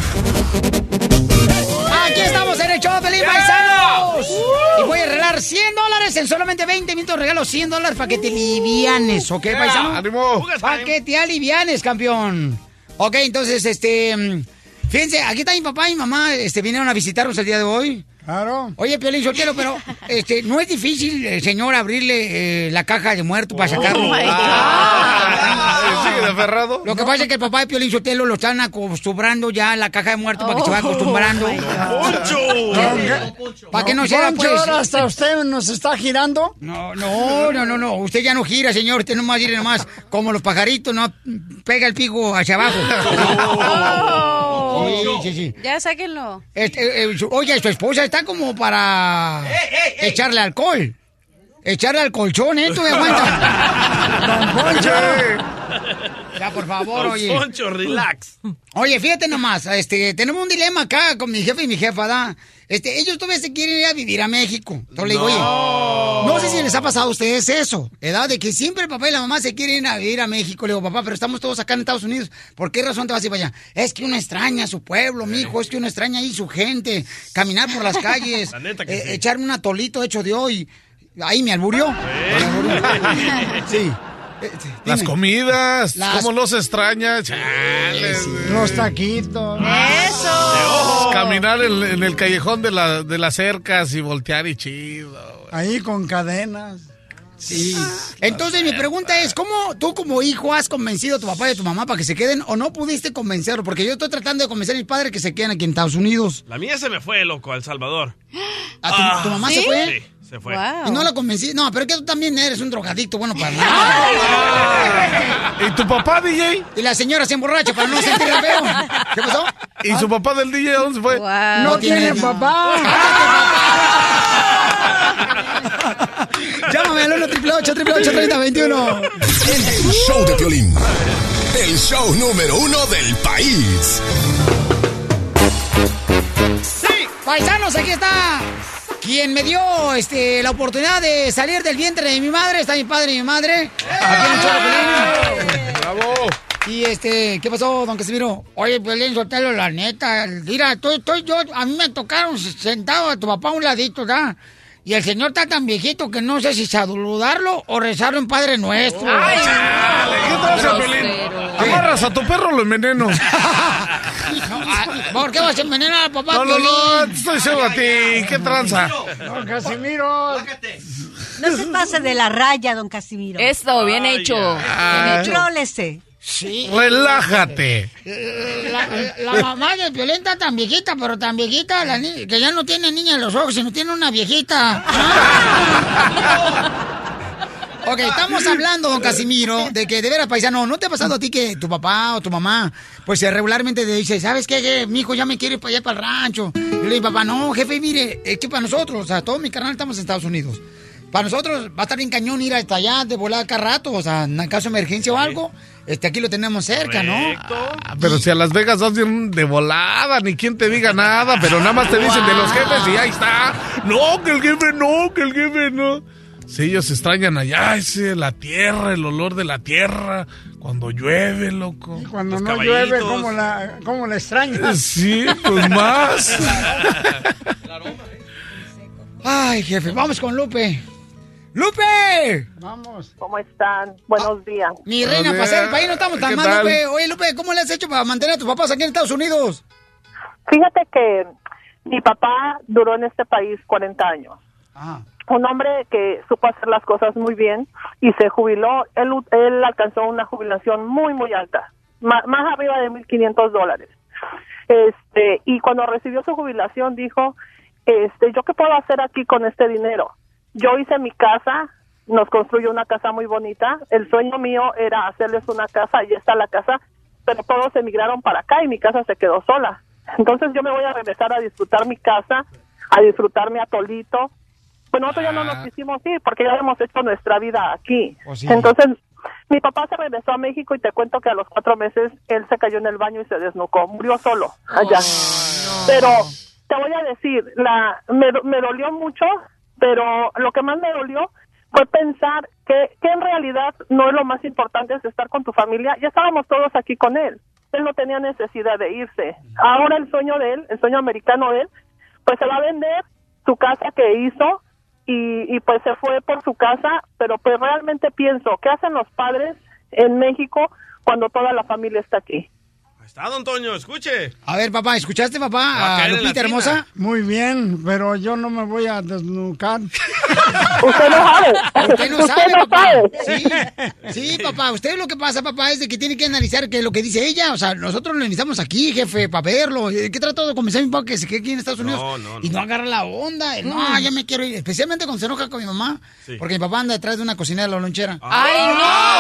Aquí estamos en el show de Pelín, paisanos. Y voy a regalar cien dólares en solamente veinte minutos. Regalo cien dólares para que te alivianes, ¿ok, Yeah, paisano? ánimo. Para que te alivianes, campeón. Ok, entonces, este... mm, fíjense, aquí está mi papá y mi mamá. Este, vinieron a visitarnos el día de hoy. Claro. Oye, Piolín Sotelo, pero este, no es difícil, eh, señor, abrirle eh, la caja de muerto para sacarlo. Oh, my God. ¿Sigue de aferrado? Lo que pasa es que el papá de Piolín Sotelo lo están acostumbrando ya a la caja de muerto para que se vaya acostumbrando. ¡Poncho! Para que no sea, Poncho, pues... ahora hasta usted nos está girando. No, no, no, no, no. Usted ya no gira, señor. Usted nomás gira nomás como los pajaritos, no pega el pico hacia abajo. Oh. Sí, sí, sí. Ya sáquenlo. Este, eh, su- oye, su esposa está como para echarle alcohol. Echarle al colchón, ¿eh? ¿Tú me aguantas? Don Poncho. Ya, por favor, Don oye. Poncho, relax. Oye, fíjate nomás, este, tenemos un dilema acá con mi jefe y mi jefa, ¿da? Este, ellos todavía se quieren ir a vivir a México. Entonces le digo, oye, no sé si les ha pasado a ustedes eso, ¿verdad? De que siempre el papá y la mamá se quieren ir a vivir a México. Le digo, papá, pero estamos todos acá en Estados Unidos. ¿Por qué razón te vas a ir para allá? Es que uno extraña su pueblo, mijo, es que uno extraña ahí su gente, caminar por las calles, La neta que eh, sí. echarme un atolito hecho de hoy. Ahí me alburió. Sí. Las comidas, Las- ¿cómo los extrañas? Chales, Los taquitos. ¡Eso! Caminar en, en el callejón de, la, de las cercas y voltear y chido. Ahí con cadenas. Sí. Entonces mi pregunta es, ¿cómo tú como hijo has convencido a tu papá y a tu mamá para que se queden o no pudiste convencerlo? Porque yo estoy tratando de convencer a mis padres que se queden aquí en Estados Unidos. La mía se me fue, loco, a El Salvador. ¿A tu, tu mamá ¿sí? se fue? Sí, se fue. Y no la convencí. No, pero es que tú también eres un drogadicto bueno para nada. ¿Y tu papá, D J? Y la señora se emborracha para no sentir feo. ¿Qué pasó? ¿Y su papá del D J a dónde se fue? No tiene papá. Llámame al uno triple ocho triple ocho treinta veintiuno. El show de Piolín. El show número uno del país. Paisanos, aquí está quien me dio este, la oportunidad de salir del vientre de mi madre. Está mi padre y mi madre. Aquí en el show de Piolín. ¡Bravo! Y este, ¿qué pasó, don Casimiro? Oye, Piolín Sotelo, la neta, mira, estoy, estoy yo, a mí me tocaron sentado a tu papá a un ladito, ¿verdad? Y el señor está tan viejito que no sé si saludarlo o rezarlo en Padre Nuestro. ¡Ay, chale! ¿Qué traza, Piolín? Amarras a tu perro, lo enveneno. ¿Por qué vas a envenenar al papá, No, no, Piolín? no, te estoy diciendo a ti. ¿Qué tranza? Don Casimiro. No se pase de la raya, don Casimiro. Eso, bien hecho. Bien hecho. Contrólese. Sí. Relájate. La, la mamá de Piolín está tan viejita, pero tan viejita, la ni- que ya no tiene niña en los ojos, sino tiene una viejita. Ok, estamos hablando, don Casimiro, de que de veras, paisano, ¿no te ha pasado a ti que tu papá o tu mamá, pues eh, regularmente te dice, ¿sabes qué, je- mi hijo ya me quiere ir para allá, para el rancho? Y le digo, papá, no, jefe, mire, es que para nosotros, o sea, todo mi carnal estamos en Estados Unidos. Para nosotros va a estar bien cañón ir hasta allá de volada cada rato, o sea, en caso de emergencia o algo, este aquí lo tenemos cerca, ¿no? Ah, pero si a Las Vegas vas bien de volada, ni quien te diga nada, pero nada más te dicen de los jefes y ahí está. No, que el jefe no, que el jefe no. Sí, ellos extrañan allá, ese, la tierra, el olor de la tierra, cuando llueve, loco. Cuando Los no caballitos. llueve, ¿cómo la, cómo la extrañas? Sí, pues más. Ay, jefe, vamos con Lupe. ¡Lupe! Vamos. ¿Cómo están? Buenos días. Mi reina, para ser el país no estamos tan ¿Qué mal, tal? Lupe. Oye, Lupe, ¿cómo le has hecho para mantener a tus papás aquí en Estados Unidos? Fíjate que mi papá duró en este país cuarenta años. Ah. Un hombre que supo hacer las cosas muy bien y se jubiló. Él, él alcanzó una jubilación muy, muy alta, más, más arriba de mil quinientos dólares. Este, y cuando recibió su jubilación dijo, este, ¿yo qué puedo hacer aquí con este dinero? Yo hice mi casa, nos construyó una casa muy bonita. El sueño mío era hacerles una casa, y está la casa, pero todos emigraron para acá y mi casa se quedó sola. Entonces yo me voy a regresar a disfrutar mi casa, a disfrutar mi atolito. Pues nosotros ya no nos quisimos ir porque ya hemos hecho nuestra vida aquí. Oh, sí. Entonces mi papá se regresó a México y te cuento que a los cuatro meses él se cayó en el baño y se desnucó, murió solo allá. Pero te voy a decir, la me, me dolió mucho, pero lo que más me dolió fue pensar que, que en realidad no es lo más importante es estar con tu familia. Ya estábamos todos aquí con él. Él no tenía necesidad de irse. Ahora el sueño de él, el sueño americano de él, pues se va a vender su casa que hizo y, y pues se fue por su casa, pero pues realmente pienso, ¿qué hacen los padres en México cuando toda la familia está aquí? Está, don Toño, escuche. A ver, papá, ¿escuchaste, papá? Va a A caer en la Lupita tina. hermosa. Muy bien, pero yo no me voy a desnucar. Usted no sabe. Usted no Usted sabe, no papá. sabe. Sí, sí, papá. Usted lo que pasa, papá, es de que tiene que analizar que lo que dice ella. O sea, nosotros lo necesitamos aquí, jefe, para verlo. ¿Qué trato de convencer a mi papá que se quede aquí en Estados Unidos? No, no, no. Y no agarra la onda. No, Mm. ya me quiero ir. Especialmente cuando se enoja con mi mamá. Sí. Porque mi papá anda detrás de una cocinera de la lonchera. ¡Ay,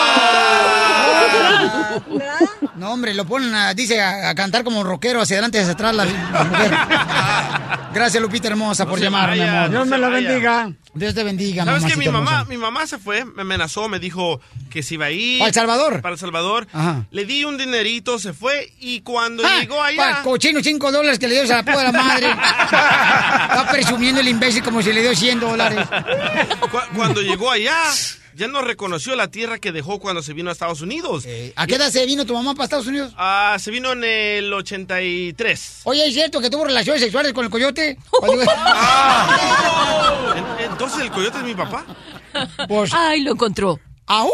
no! No, hombre, lo ponen, a, dice, a, a cantar como rockero, hacia adelante y hacia atrás la, la mujer. Gracias, Lupita hermosa, No por se llamarme, vaya, amor. no Dios se me la vaya. bendiga. Dios te bendiga, ¿Sabes que mi mamacita mamá, hermosa. mi mamá se fue, me amenazó, me dijo que se iba a ir. ¿Para El Salvador? Para El Salvador. Ajá. Le di un dinerito, se fue y cuando Ah, llegó pa, allá... cochino, cinco dólares que le dio a la puta madre. Está presumiendo el imbécil como si le dio cien dólares. cu- cuando llegó allá, ya no reconoció la tierra que dejó cuando se vino a Estados Unidos. ¿A qué edad se vino tu mamá para Estados Unidos? Ah, se vino en el ochenta y tres. Oye, ¿es cierto que tuvo relaciones sexuales con el coyote? Cuando- En- Entonces el coyote es mi papá. Pues, Ay, lo encontró. ¡Aú!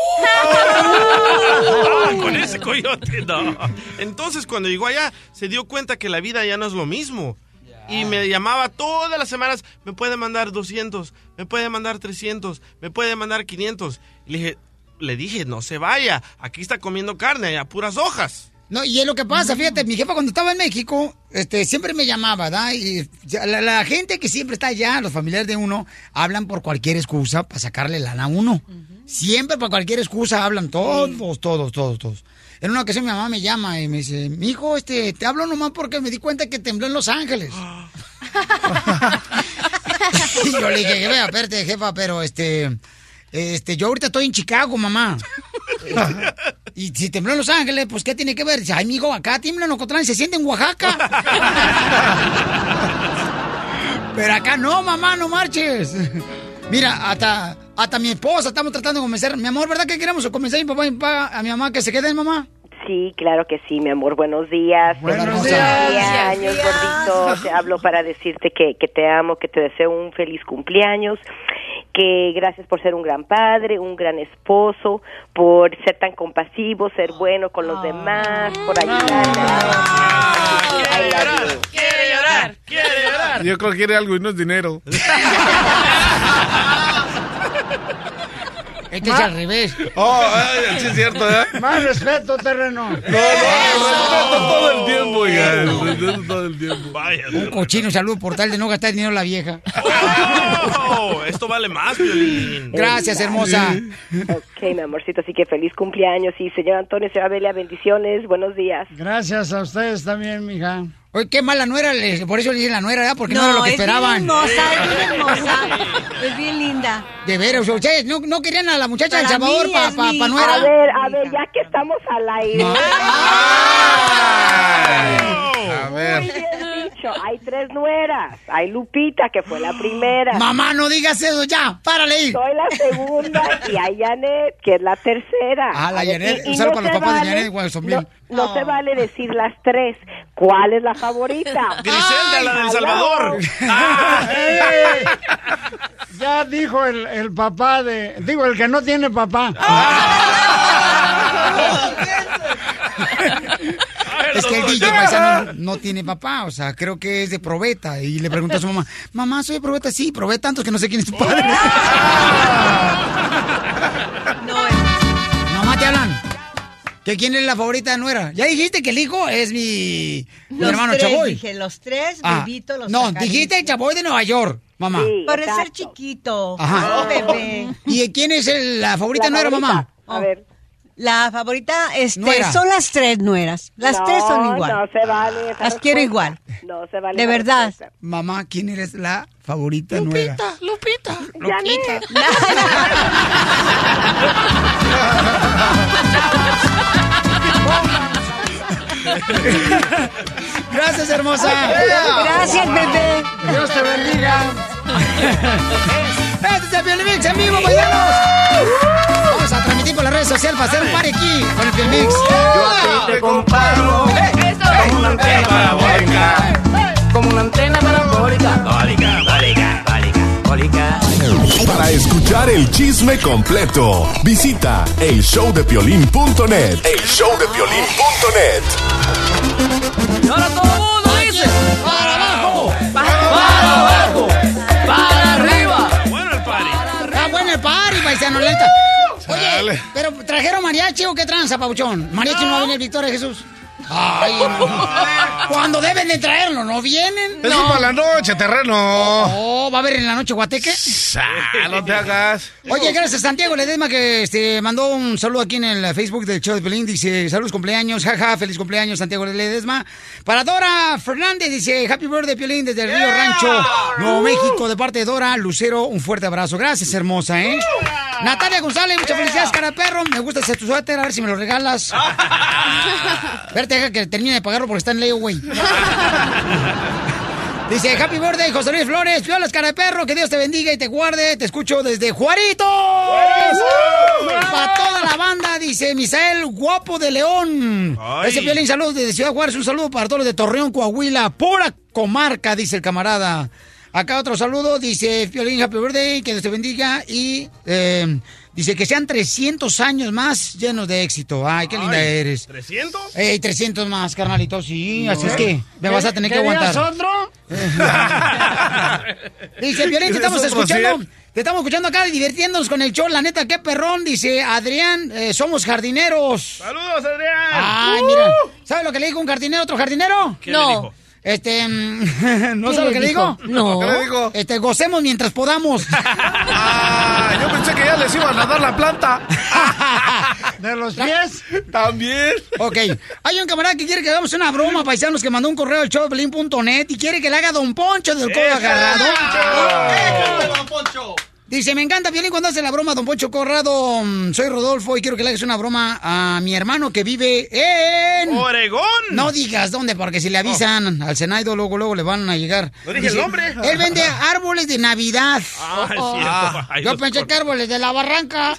Ah, con ese coyote, no. Entonces cuando llegó allá, se dio cuenta que la vida ya no es lo mismo. Y me llamaba todas las semanas, me puede mandar doscientos, me puede mandar trescientos, me puede mandar quinientos. Y le dije, le dije, no se vaya, aquí está comiendo carne, a puras hojas. No, y es lo que pasa, fíjate, mi jefa cuando estaba en México, este, siempre me llamaba, ¿verdad? Y ya, la, la gente que siempre está allá, los familiares de uno, hablan por cualquier excusa para sacarle lana a uno. Siempre por cualquier excusa hablan, todos, todos, todos, todos. En una ocasión mi mamá me llama y me dice, mijo, este, te hablo nomás porque me di cuenta que tembló en Los Ángeles. Y yo le dije, vea, espérate, jefa, pero este, este, yo ahorita estoy en Chicago, mamá. Y si tembló en Los Ángeles, pues ¿qué tiene que ver? Dice, ay, mijo, acá tiembla en Ocotlán y se siente en Oaxaca. Pero acá no, mamá, no marches. Mira, hasta, hasta mi esposa estamos tratando de convencer. Mi amor, ¿verdad que queremos convencer a mi papá y mi papá, a mi mamá que se queden, mamá? Sí, claro que sí, mi amor. Buenos días. Buenos Feliz días. cumpleaños, gordito. Te hablo para decirte que, que te amo, que te deseo un feliz cumpleaños, que gracias por ser un gran padre, un gran esposo, por ser tan compasivo, ser bueno con los demás, por ayudar. Quiere llorar, quiere llorar, quiere llorar. Yo creo que quiere algo y no es dinero. Este es al revés. Oh, ay, sí es cierto, ¿eh? Más respeto, terreno. No, no, respeto todo el tiempo, oiga. Respeto todo el tiempo. Vaya. Un cochino saludo por tal de no gastar dinero la vieja. Oh, esto vale más, Violín. Gracias, hermosa. Ok, mi amorcito, así que feliz cumpleaños. Y señor Antonio, señora Belia, bendiciones, buenos días. Gracias a ustedes también, mija. Oye, qué mala nuera, le- por eso le dicen la nuera, ¿verdad? Porque no, era lo que es esperaban. bien hermosa, es bien hermosa. Es bien linda. De veras, ustedes no, no querían a la muchacha de El Para Salvador mí para es pa, mi pa hija. nuera. A ver, a ver, ya que estamos al aire. A ver. Muy bien dicho, hay tres nueras. Hay Lupita, que fue la primera. Mamá, no digas eso, ya, párale ahí. Soy la segunda y hay Janet, que es la tercera. Ah, la A ver, Janet, y- y un saludo no para los se papás de vale- Janet, Guasomil. No, no se vale decir las tres. ¿Cuál es la favorita? Griselda, la del Salvador. ¡Ey! Ya dijo el, el papá de... Digo, el que no tiene papá. Es que el D J paisano no tiene papá, o sea, creo que es de probeta. Y le preguntó a su mamá, mamá, soy de probeta, sí, probé tantos que no sé quién es tu padre. Mamá, te hablan. ¿Que quién es la favorita de nuera? Ya dijiste que el hijo es mi, mi Los hermano tres, Chaboy. dije, los tres, Ah, bebito, los no, sacaron. dijiste el Chaboy de Nueva York, mamá. Sí, Por ser exacto. chiquito. Ajá. Oh, bebé. ¿Y quién es el- la favorita La nuera, favorita. mamá? A ver. La favorita, este, Nuera. son las tres nueras. Las No, tres son igual. No se vale esa Las quiero respuesta. igual. No se vale De esa verdad. respuesta. Mamá, ¿quién eres la favorita nuera? Lupita. Janet. Gracias, hermosa. Gracias, bebé. Dios te bendiga. Este es el Piolín en vivo, paisanos. Vamos a transmitir por las redes sociales para hacer un party aquí con el Piolín Mix. Yo a ti te comparo como una antena parabólica, como una antena parabólica, bólica, bólica, bólica. alcohólica. Para escuchar el chisme completo, visita el show de piolín punto net. el show de piolín punto net. Y ahora todo el mundo dice: para abajo, para, para abajo, para arriba. Bueno el party. Está bueno el party, paisano, lenta. Oye, Dale. ¿pero trajeron mariachi o qué tranza, papuchón? ¿Mariachi no va a venir Victoria Jesús? Ay, no. Cuando deben de traerlo, ¿no vienen? Eso no. para la noche, terreno. Oh, ¿va a haber en la noche guateque? Ah, no te hagas. Oye, gracias a Santiago Ledesma que este, mandó un saludo aquí en el Facebook del show de Piolín. Dice, saludos cumpleaños, jaja, feliz cumpleaños Santiago Ledesma. Para Dora Fernández, dice, happy birthday Piolín desde el Río Rancho, Nuevo México, de parte de Dora Lucero, un fuerte abrazo. Gracias, hermosa, ¿eh? Natalia González, muchas felicidades, cara de perro. Me gusta ese tu suéter, a ver si me lo regalas. Verte, deja que termine de pagarlo porque está en Leo, güey. Dice, happy birthday, José Luis Flores, piolas, cara de perro, que Dios te bendiga y te guarde, te escucho desde Juarito. Para toda la banda, dice Misael Guapo de León. Ay. Ese Piolín, saludos desde Ciudad Juárez, un saludo para todos los de Torreón, Coahuila, pura comarca, dice el camarada. Acá otro saludo, dice Piolín, happy birthday, que Dios te bendiga y... Eh, dice que sean trescientos años más llenos de éxito. Ay, qué linda Ay, eres. ¿trescientos? Ey, trescientos más, carnalito, sí. Así es que me vas a tener que aguantar. otro? Dice, Piolín, te estamos escuchando. Te estamos escuchando acá y divirtiéndonos con el show. La neta, qué perrón. Dice Adrián, eh, somos jardineros. ¡Saludos, Adrián! Ay, uh. mira. ¿Sabe lo que le dijo un jardinero a otro jardinero? ¿Qué no. le dijo? Este, ¿no sabe lo que le dijo? No. ¿Qué le dijo? Este, gocemos mientras podamos. Ah, yo pensé que ya les iban a dar la planta. ¿De los pies? También. Ok. Hay un camarada que quiere que hagamos una broma, paisanos, que mandó un correo al show de Piolín punto net y quiere que le haga Don Poncho del Codo Agarrado. ¡Eh, Don Poncho! Dice, me encanta Piolín cuando hace la broma, Don Poncho Corrado. Soy Rodolfo y quiero que le hagas una broma a mi hermano que vive en... ¡Oregón! No digas dónde, porque si le avisan oh. al Senado, luego, luego le van a llegar. ¿No dije Dice, el nombre? Él vende árboles de Navidad. Ah, es oh, cierto. ah, Ay, yo los pensé corto. que árboles de la barranca.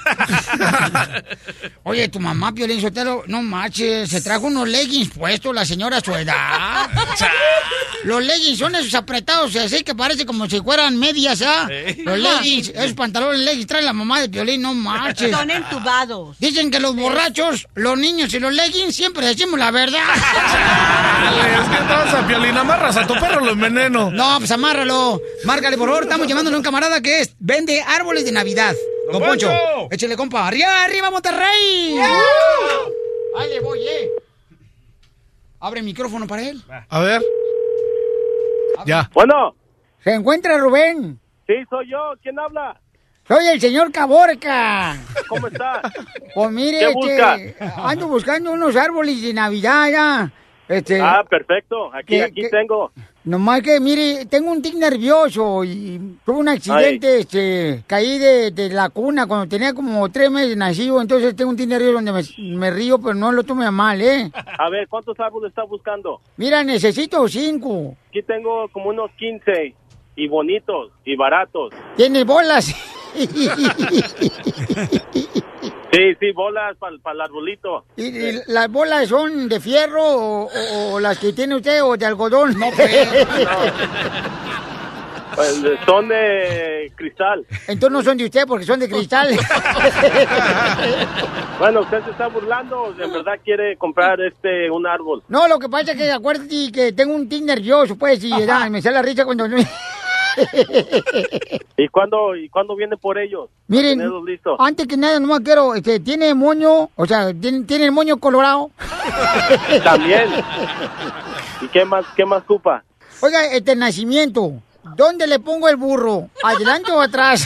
Oye, tu mamá, Piolín Sotelo, no manches, se trajo unos leggings puestos, la señora a su edad. Los leggings son esos apretados, así que parece como si fueran medias, ¿ah? ¿eh? Los leggings, esos pantalones leggings trae la mamá de Piolín, no marches. Son entubados. Dicen que los borrachos, los niños y los leggings siempre decimos la verdad. Es que pasa, Piolín, amarras a tu perro, lo enveneno. No, pues amárralo. Márcale, por favor, estamos llamándole a un camarada que es, vende árboles de Navidad. Don Poncho, Poncho. Échale, compa. ¡Arriba, arriba, Monterrey! Yeah. Ahí le voy, eh. Abre el micrófono para él. A ver. Ya. Bueno. ¿Se encuentra Rubén? Sí, soy yo. ¿Quién habla? Soy el señor Caborca. ¿Cómo está? Pues mire, ¿Qué busca? Este, ando buscando unos árboles de Navidad ya. Este, ah, perfecto. Aquí, que, aquí que, tengo. Nomás que, mire, tengo un tic nervioso y tuve un accidente, Ay. este, caí de, de la cuna cuando tenía como tres meses nacido, entonces tengo un tic nervioso donde me, me río, pero no lo tome mal, ¿eh? A ver, ¿cuántos árboles está buscando? Mira, necesito cinco. Aquí tengo como unos quince, y bonitos, y baratos. ¿Tienes bolas? Sí, sí, bolas para pa el arbolito. ¿Y, y las bolas son de fierro o, o, o las que tiene usted o de algodón? No, pues. No. Pues, son de cristal. Entonces no son de usted porque son de cristal. Bueno, usted se está burlando, en verdad quiere comprar este un árbol. No, lo que pasa es que acuérdate que tengo un tic nervioso, pues, y ya, me sale la risa cuando... ¿Y cuándo, ¿Y cuándo viene por ellos? Miren, antes que nada, nomás quiero, este, ¿tiene moño? O sea, ¿tiene, ¿tiene el moño colorado? También. ¿Y qué más, qué más ocupa? Oiga, este nacimiento, ¿dónde le pongo el burro? ¿Adelante o atrás?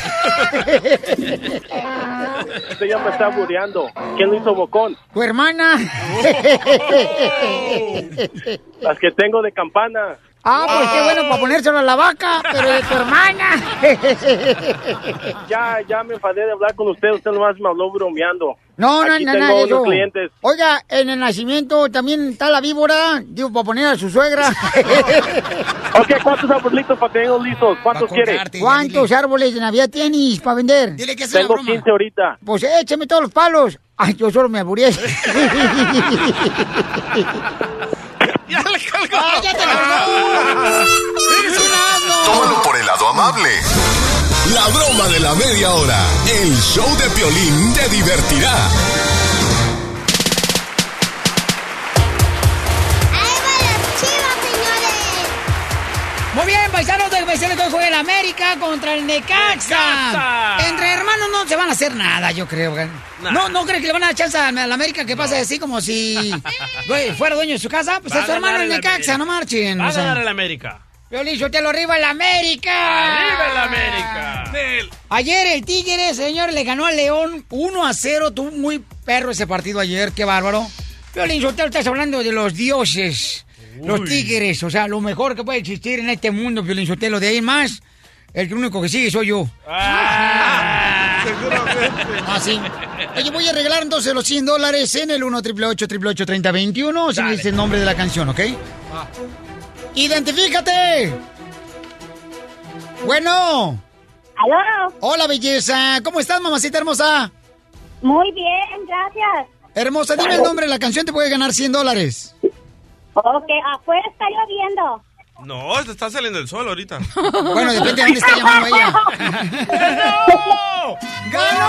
Este ya me está bureando. ¿Quién lo hizo bocón? Tu hermana. Las que tengo de campana. Ah, pues qué bueno para ponérselo a la vaca, pero de tu hermana. Ya, ya me enfadé de hablar con usted, usted nomás me habló bromeando. No, no, Aquí no, tengo no, unos eso. clientes. Oiga, en el nacimiento también está la víbora, digo, para poner a su suegra. Ok, ¿cuántos arbolitos para tenerlos listos? ¿Cuántos quiere? ¿Cuántos árboles de Navidad tienes para vender? Dile que es Tengo quince ahorita. Pues écheme todos los palos. Ay, yo solo me aburrí. ¡Ya le colgó! ¡Ah, ya te colgó! ¡Eres un asno! Tómalo por el lado amable. La broma de la media hora. El show de Piolín te divertirá. Muy bien, paisanos del vecino, hoy juega el América contra el Necaxa. Necaxa. Entre hermanos no se van a hacer nada, yo creo. Nah. No, no creo que le van a dar chance al América que pase no. así como si güey, fuera dueño de su casa. Pues es su hermano el Necaxa, no marchen. Va o a sea. ganar el América. Piolín, yo te lo arriba el América. ¡Arriba el América! Del... Ayer el Tigre, señor, le ganó al León uno a cero. Tuvo muy perro ese partido ayer, qué bárbaro. Piolín, yo te estás hablando de los dioses. Uy. Los Tigres, o sea, lo mejor que puede existir en este mundo, Piolín Sotelo. De ahí en más, el único que sigue soy yo. Ah, seguramente. Ah, sí. Oye, voy a regalar entonces los cien dólares en el uno, ocho ocho ocho, ocho ocho, tres cero dos uno. Si me dice el nombre de la canción, ¿ok? Ah. ¡Identifícate! Bueno. ¿Aló? Hola, belleza. ¿Cómo estás, mamacita hermosa? Muy bien, gracias. Hermosa, dime el nombre de la canción, te puede ganar cien dólares. Ok, afuera está lloviendo. No, te está saliendo el sol ahorita. Bueno, depende de dónde está llamando ella. ¡Ganó! ¡Ganó!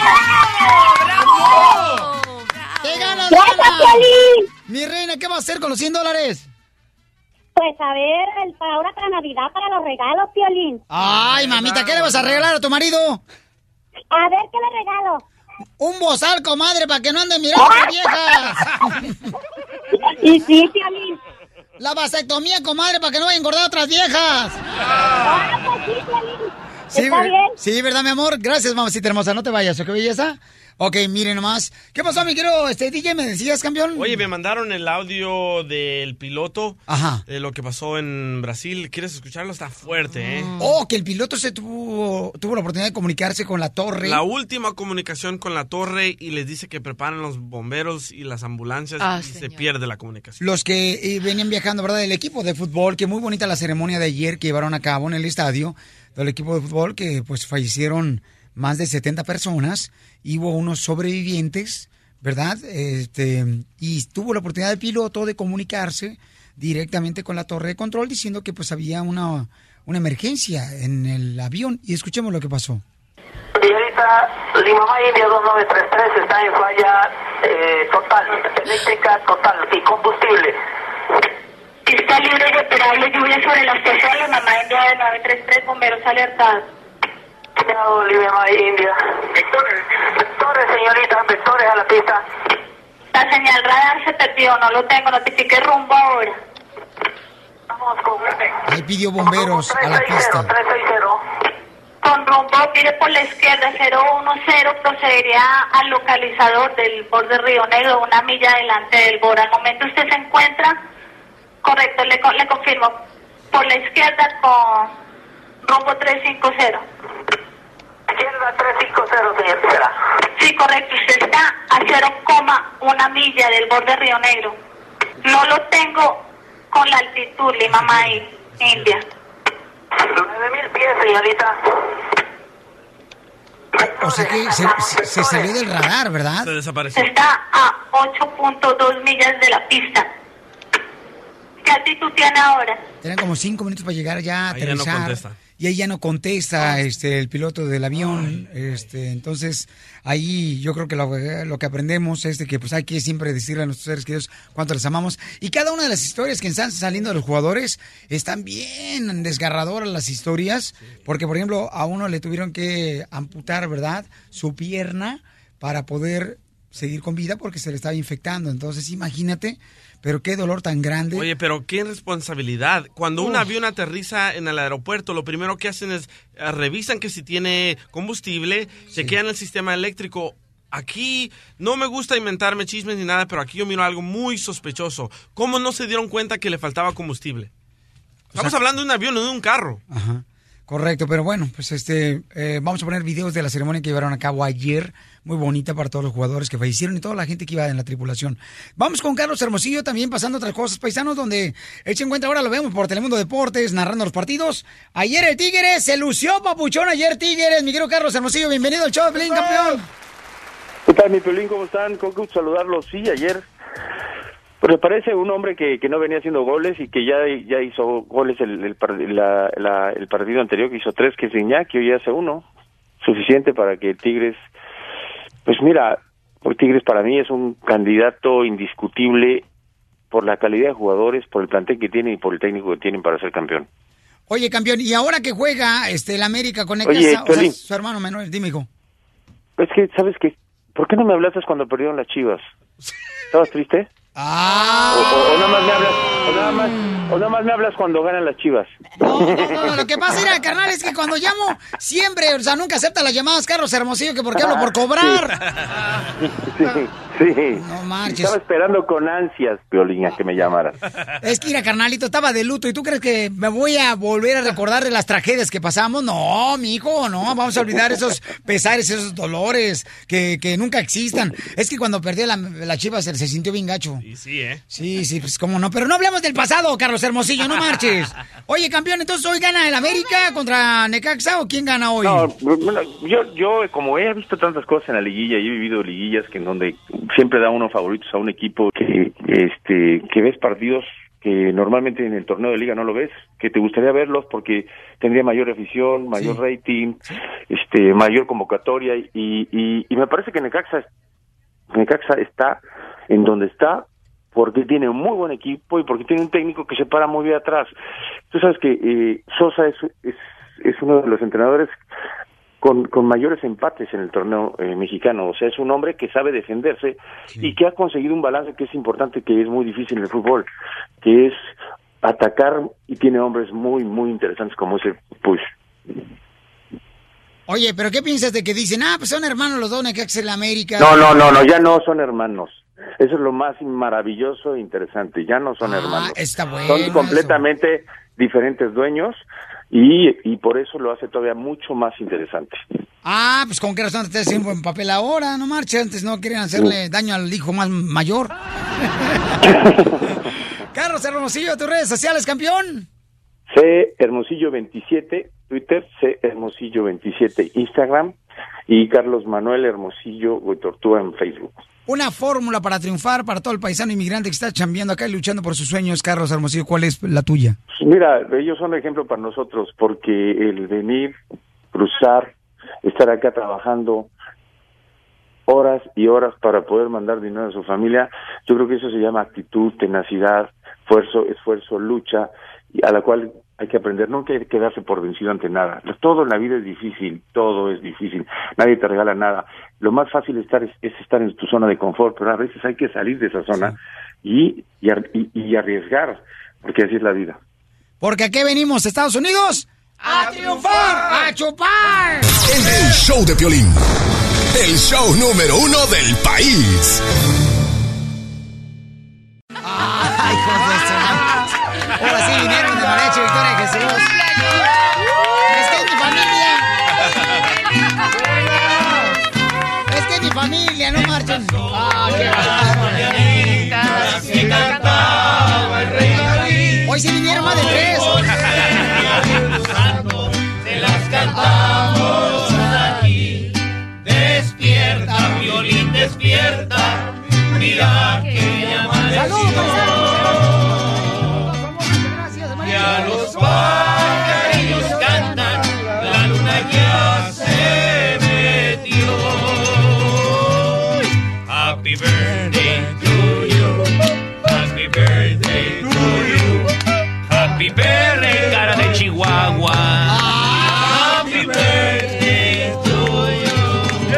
¡Bravo! ¡Te ganas, Ana! Mi reina, ¿qué vas a hacer con los cien dólares? Pues a ver, el, para ahora para Navidad, para los regalos, Piolín. Ay, mamita, ¿qué le vas a regalar a tu marido? A ver, ¿qué le regalo? Un bozal, comadre, para que no ande mirando a viejas. Y sí, Piolín. La vasectomía, comadre, para que no vaya a engordar otras viejas. Ah, pues sí, Piolín. Sí, ¿está bien? Sí, ¿verdad, mi amor? Gracias, mamacita hermosa. No te vayas, ¿ok, belleza? Ok, miren nomás. ¿Qué pasó, mi querido este, D J? ¿Me decías, campeón? Oye, me mandaron el audio del piloto. Ajá. De lo que pasó en Brasil. ¿Quieres escucharlo? Está fuerte, ¿eh? Oh, que el piloto se tuvo, tuvo la oportunidad de comunicarse con la torre. La última comunicación con la torre y les dice que preparan los bomberos y las ambulancias ah, y señor. se pierde la comunicación. Los que eh, venían viajando, ¿verdad? El equipo de fútbol, que muy bonita la ceremonia de ayer que llevaron a cabo en el estadio del equipo de fútbol, que pues fallecieron más de setenta personas, y hubo unos sobrevivientes, ¿verdad? Este, y tuvo la oportunidad el piloto de comunicarse directamente con la torre de control diciendo que pues había una, una emergencia en el avión, y escuchemos lo que pasó. Señorita, Lima India dos nueve tres tres está en falla eh, total, eléctrica total y combustible. Está libre de operable lluvia sobre la estación de Mamá India de nueve tres tres, bomberos alertados. Chao, Lima India. Vectores, vectores, señorita, vectores a la pista. La señal radar se perdió, no lo tengo, notifique rumbo ahora. Vamos con ahí pidió bomberos a la pista. tres seis cero. Con rumbo, pide por la izquierda, cero uno cero, procedería al localizador del borde Río Negro, una milla adelante del borde. Al momento usted se encuentra, correcto, le, le confirmo, por la izquierda con rumbo tres cinco cero. Izquierda tres cinco cero, señorita. Sí, correcto, usted está a cero coma uno milla del borde Río Negro. No lo tengo con la altitud, Lima May, India. nueve mil pies, señorita. O sea que se, se, se salió del radar, ¿verdad? Se desapareció. Está a ocho punto dos millas de la pista. ¿Qué altitud tiene ahora? Tienen como cinco minutos para llegar ya a Ahí ya no aterrizar. contesta. Y ahí ya no contesta este el piloto del avión. este Entonces, ahí yo creo que lo, lo que aprendemos es de que pues hay que siempre decirle a nuestros seres queridos cuánto les amamos. Y cada una de las historias que están saliendo de los jugadores están bien desgarradoras las historias. Porque, por ejemplo, a uno le tuvieron que amputar, ¿verdad?, su pierna para poder seguir con vida porque se le estaba infectando. Entonces, imagínate, pero qué dolor tan grande. Oye, pero qué responsabilidad. Cuando Uf. un avión aterriza en el aeropuerto, lo primero que hacen es uh, revisan que si tiene combustible, sí. chequean el sistema eléctrico. Aquí no me gusta inventarme chismes ni nada, pero aquí yo miro algo muy sospechoso. ¿Cómo no se dieron cuenta que le faltaba combustible? Estamos o sea, hablando de un avión, no de un carro. Ajá. Correcto, pero bueno, pues este eh, vamos a poner videos de la ceremonia que llevaron a cabo ayer, muy bonita para todos los jugadores que fallecieron y toda la gente que iba en la tripulación. Vamos con Carlos Hermosillo también pasando otras cosas, paisanos, donde él se encuentra ahora, lo vemos por Telemundo Deportes, narrando los partidos. Ayer el Tigres se lució, papuchón, ayer Tigres, mi querido Carlos Hermosillo, bienvenido al show de Piolín, campeón. ¿Qué tal, mi Piolín? ¿Cómo están? Con gusto saludarlos. Sí, ayer, Pues me parece un hombre que, que no venía haciendo goles y que ya, ya hizo goles el, el, la, la, el partido anterior, que hizo tres, que es Gignac, que hoy hace uno. Suficiente para que Tigres... Pues mira, Tigres para mí es un candidato indiscutible por la calidad de jugadores, por el plantel que tienen y por el técnico que tienen para ser campeón. Oye, campeón, y ahora que juega este el América con Oye, Necaxa, o sea, Piolín. su hermano menor, dime, hijo. Es que, ¿sabes qué? ¿Por qué no me hablaste cuando perdieron las Chivas? ¿Estabas triste? Ah. O, o, o nada más me hablas, o nada más, o nada más me hablas cuando ganan las Chivas. No, no, no, lo que pasa, mira, carnal, es que cuando llamo, siempre, o sea, nunca acepta las llamadas, Carlos Hermosillo, que porque hablo por cobrar. Sí, sí. sí. No marches. Estaba esperando con ansias, Piolín, a que me llamaras. Es que, mira, carnalito, estaba de luto, ¿y tú crees que me voy a volver a recordar de las tragedias que pasamos? No, mijo, no, vamos a olvidar esos pesares, esos dolores, que, que nunca existan. Es que cuando perdí la, la Chivas se, se sintió bien gacho. Y sí, ¿eh? Sí, sí, pues cómo no, pero no hablemos del pasado, Carlos Hermosillo, no marches. Oye, campeón, entonces hoy gana el América contra Necaxa, ¿o quién gana hoy? No, bueno, yo, yo como he visto tantas cosas en la liguilla y he vivido liguillas que en donde siempre da uno favoritos a un equipo que, este, que ves partidos que normalmente en el torneo de liga no lo ves, que te gustaría verlos porque tendría mayor afición, mayor sí. rating, este, mayor convocatoria y, y, y me parece que Necaxa, Necaxa está en donde está porque tiene un muy buen equipo y porque tiene un técnico que se para muy bien atrás. Tú sabes que eh, Sosa es, es, es uno de los entrenadores con, con mayores empates en el torneo eh, mexicano, o sea, es un hombre que sabe defenderse sí. y que ha conseguido un balance que es importante, que es muy difícil en el fútbol, que es atacar y tiene hombres muy, muy interesantes como ese Push. Oye, ¿pero qué piensas de que dicen, ah, pues son hermanos los dos, Necaxa y la América? No, no, no, no, ya no son hermanos. Eso es lo más maravilloso e interesante. Ya no son ah, hermanos. Está bueno. Son completamente eso. diferentes dueños y, y por eso lo hace todavía mucho más interesante. Ah, pues con qué razón te estás haciendo buen papel ahora, no marcha. Antes no querían hacerle sí. daño al hijo más mayor. Carlos Hermosillo, tus redes sociales, campeón. C Hermosillo veintisiete, Twitter, C Hermosillo veintisiete, Instagram y Carlos Manuel Hermosillo Tortuga en Facebook. Una fórmula para triunfar para todo el paisano inmigrante que está chambeando acá y luchando por sus sueños, Carlos Hermosillo, ¿cuál es la tuya? Mira, ellos son ejemplo para nosotros porque el venir, cruzar, estar acá trabajando horas y horas para poder mandar dinero a su familia, yo creo que eso se llama actitud, tenacidad, esfuerzo, esfuerzo, lucha, a la cual hay que aprender, nunca hay que quedarse por vencido ante nada. Todo en la vida es difícil, todo es difícil, nadie te regala nada. Lo más fácil estar es, es estar en tu zona de confort, pero a veces hay que salir de esa zona sí. y, y, y arriesgar, porque así es la vida. Porque aquí venimos, Estados Unidos, a triunfar, a chupar. El show de Piolín, el show número uno del país. Ay, hijos de eso. Ahora sí vinieron de Mariachi Victoria de Jesús. Es que es mi familia. Es que es mi familia, no marchen. Ah, qué bárbaro. Hoy sí vinieron más de tres. Se las cantamos aquí. Despierta, violín, despierta. Mira que ya amaneció. ¡Salud, paisanos! Ya los pajarillos cantan, la luna ya se metió. Happy birthday to you, happy birthday to you, happy birthday, cara de Chihuahua. Happy birthday to you.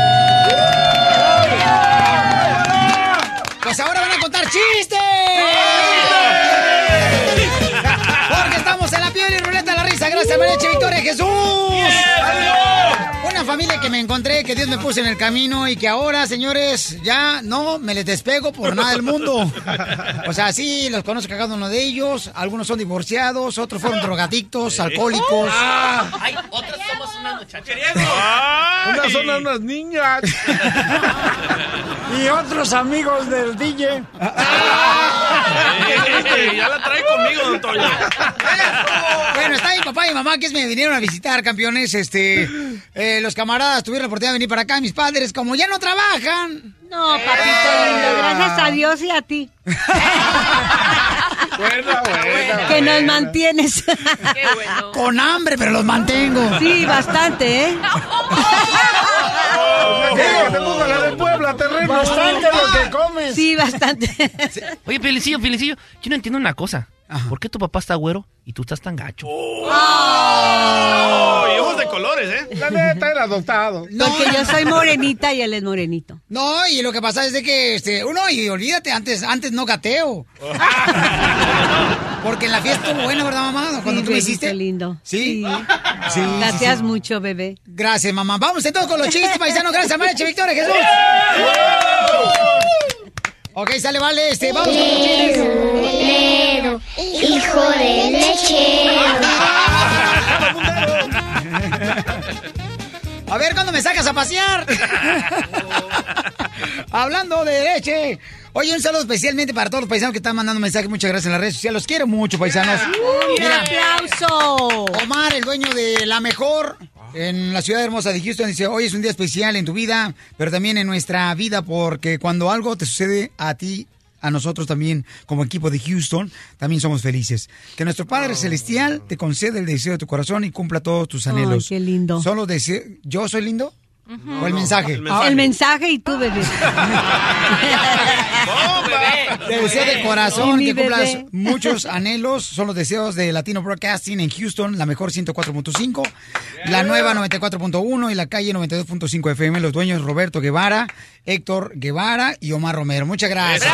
Pues ahora van a contar chistes. Gracias, Mariachi Victoria Jesús. Una familia que me encontré, que Dios me puso en el camino y que ahora, señores, ya no me les despego por nada del mundo. O sea, sí, los conozco cada uno de ellos. Algunos son divorciados, otros fueron drogadictos, alcohólicos. Ah, ay, otros somos unas muchachas. Unas son unas niñas. Y otros amigos del D J. Ya la trae conmigo, don Toño. Bueno, está mi papá y mi mamá que me vinieron a visitar, campeones. Este, eh, los camaradas tuvieron la oportunidad de venir para acá. Mis padres, como ya no trabajan. No, papito lindo, gracias a Dios y a ti. Buena, buena, que nos buena. mantienes. Qué bueno. Con hambre, pero los mantengo. Sí, bastante, ¿eh? Que te ponga la de Puebla, terreno. Bastante lo que comes. Sí, bastante. Oye, Felicillo, Felicillo, yo no entiendo una cosa. Ajá. ¿Por qué tu papá está güero y tú estás tan gacho? Oh, oh, y ojos de colores, ¿eh? La neta, el adoptado. No, porque yo soy morenita y él es morenito. No, y lo que pasa es de que, este, uno, y olvídate, antes, antes no gateo. Porque en la fiesta estuvo buena, ¿verdad, mamá? Cuando sí, tú me hiciste. Lindo. Sí. Sí. Sí, Gracias sí, sí. mucho, bebé. Gracias, mamá. Vamos entonces con los chistes, paisanos. Gracias, Mareche Victoria, Jesús. Ok, sale, vale, este, vamos con los chistes. Lero, hijo de lechero. A ver, ¿cuándo me sacas a pasear? Hablando de leche. Oye, un saludo especialmente para todos los paisanos que están mandando mensajes. Muchas gracias en las redes sociales. Los quiero mucho, paisanos. ¡Un aplauso! Omar, el dueño de La Mejor en la ciudad hermosa de Houston, dice: hoy es un día especial en tu vida, pero también en nuestra vida, porque cuando algo te sucede a ti, a nosotros también, como equipo de Houston, también somos felices. Que nuestro Padre oh. Celestial te conceda el deseo de tu corazón y cumpla todos tus anhelos. Ay, qué lindo. Solo deseo... ¿Yo soy lindo? Uh-huh. ¿O el mensaje? El mensaje, el mensaje y tú, bebé. Te deseo de corazón y que cumplas bebé. muchos anhelos. Son los deseos de Latino Broadcasting en Houston, la mejor ciento cuatro punto cinco, la nueva noventa y cuatro punto uno y la calle noventa y dos punto cinco F M. Los dueños Roberto Guevara, Héctor Guevara y Omar Romero. Muchas gracias.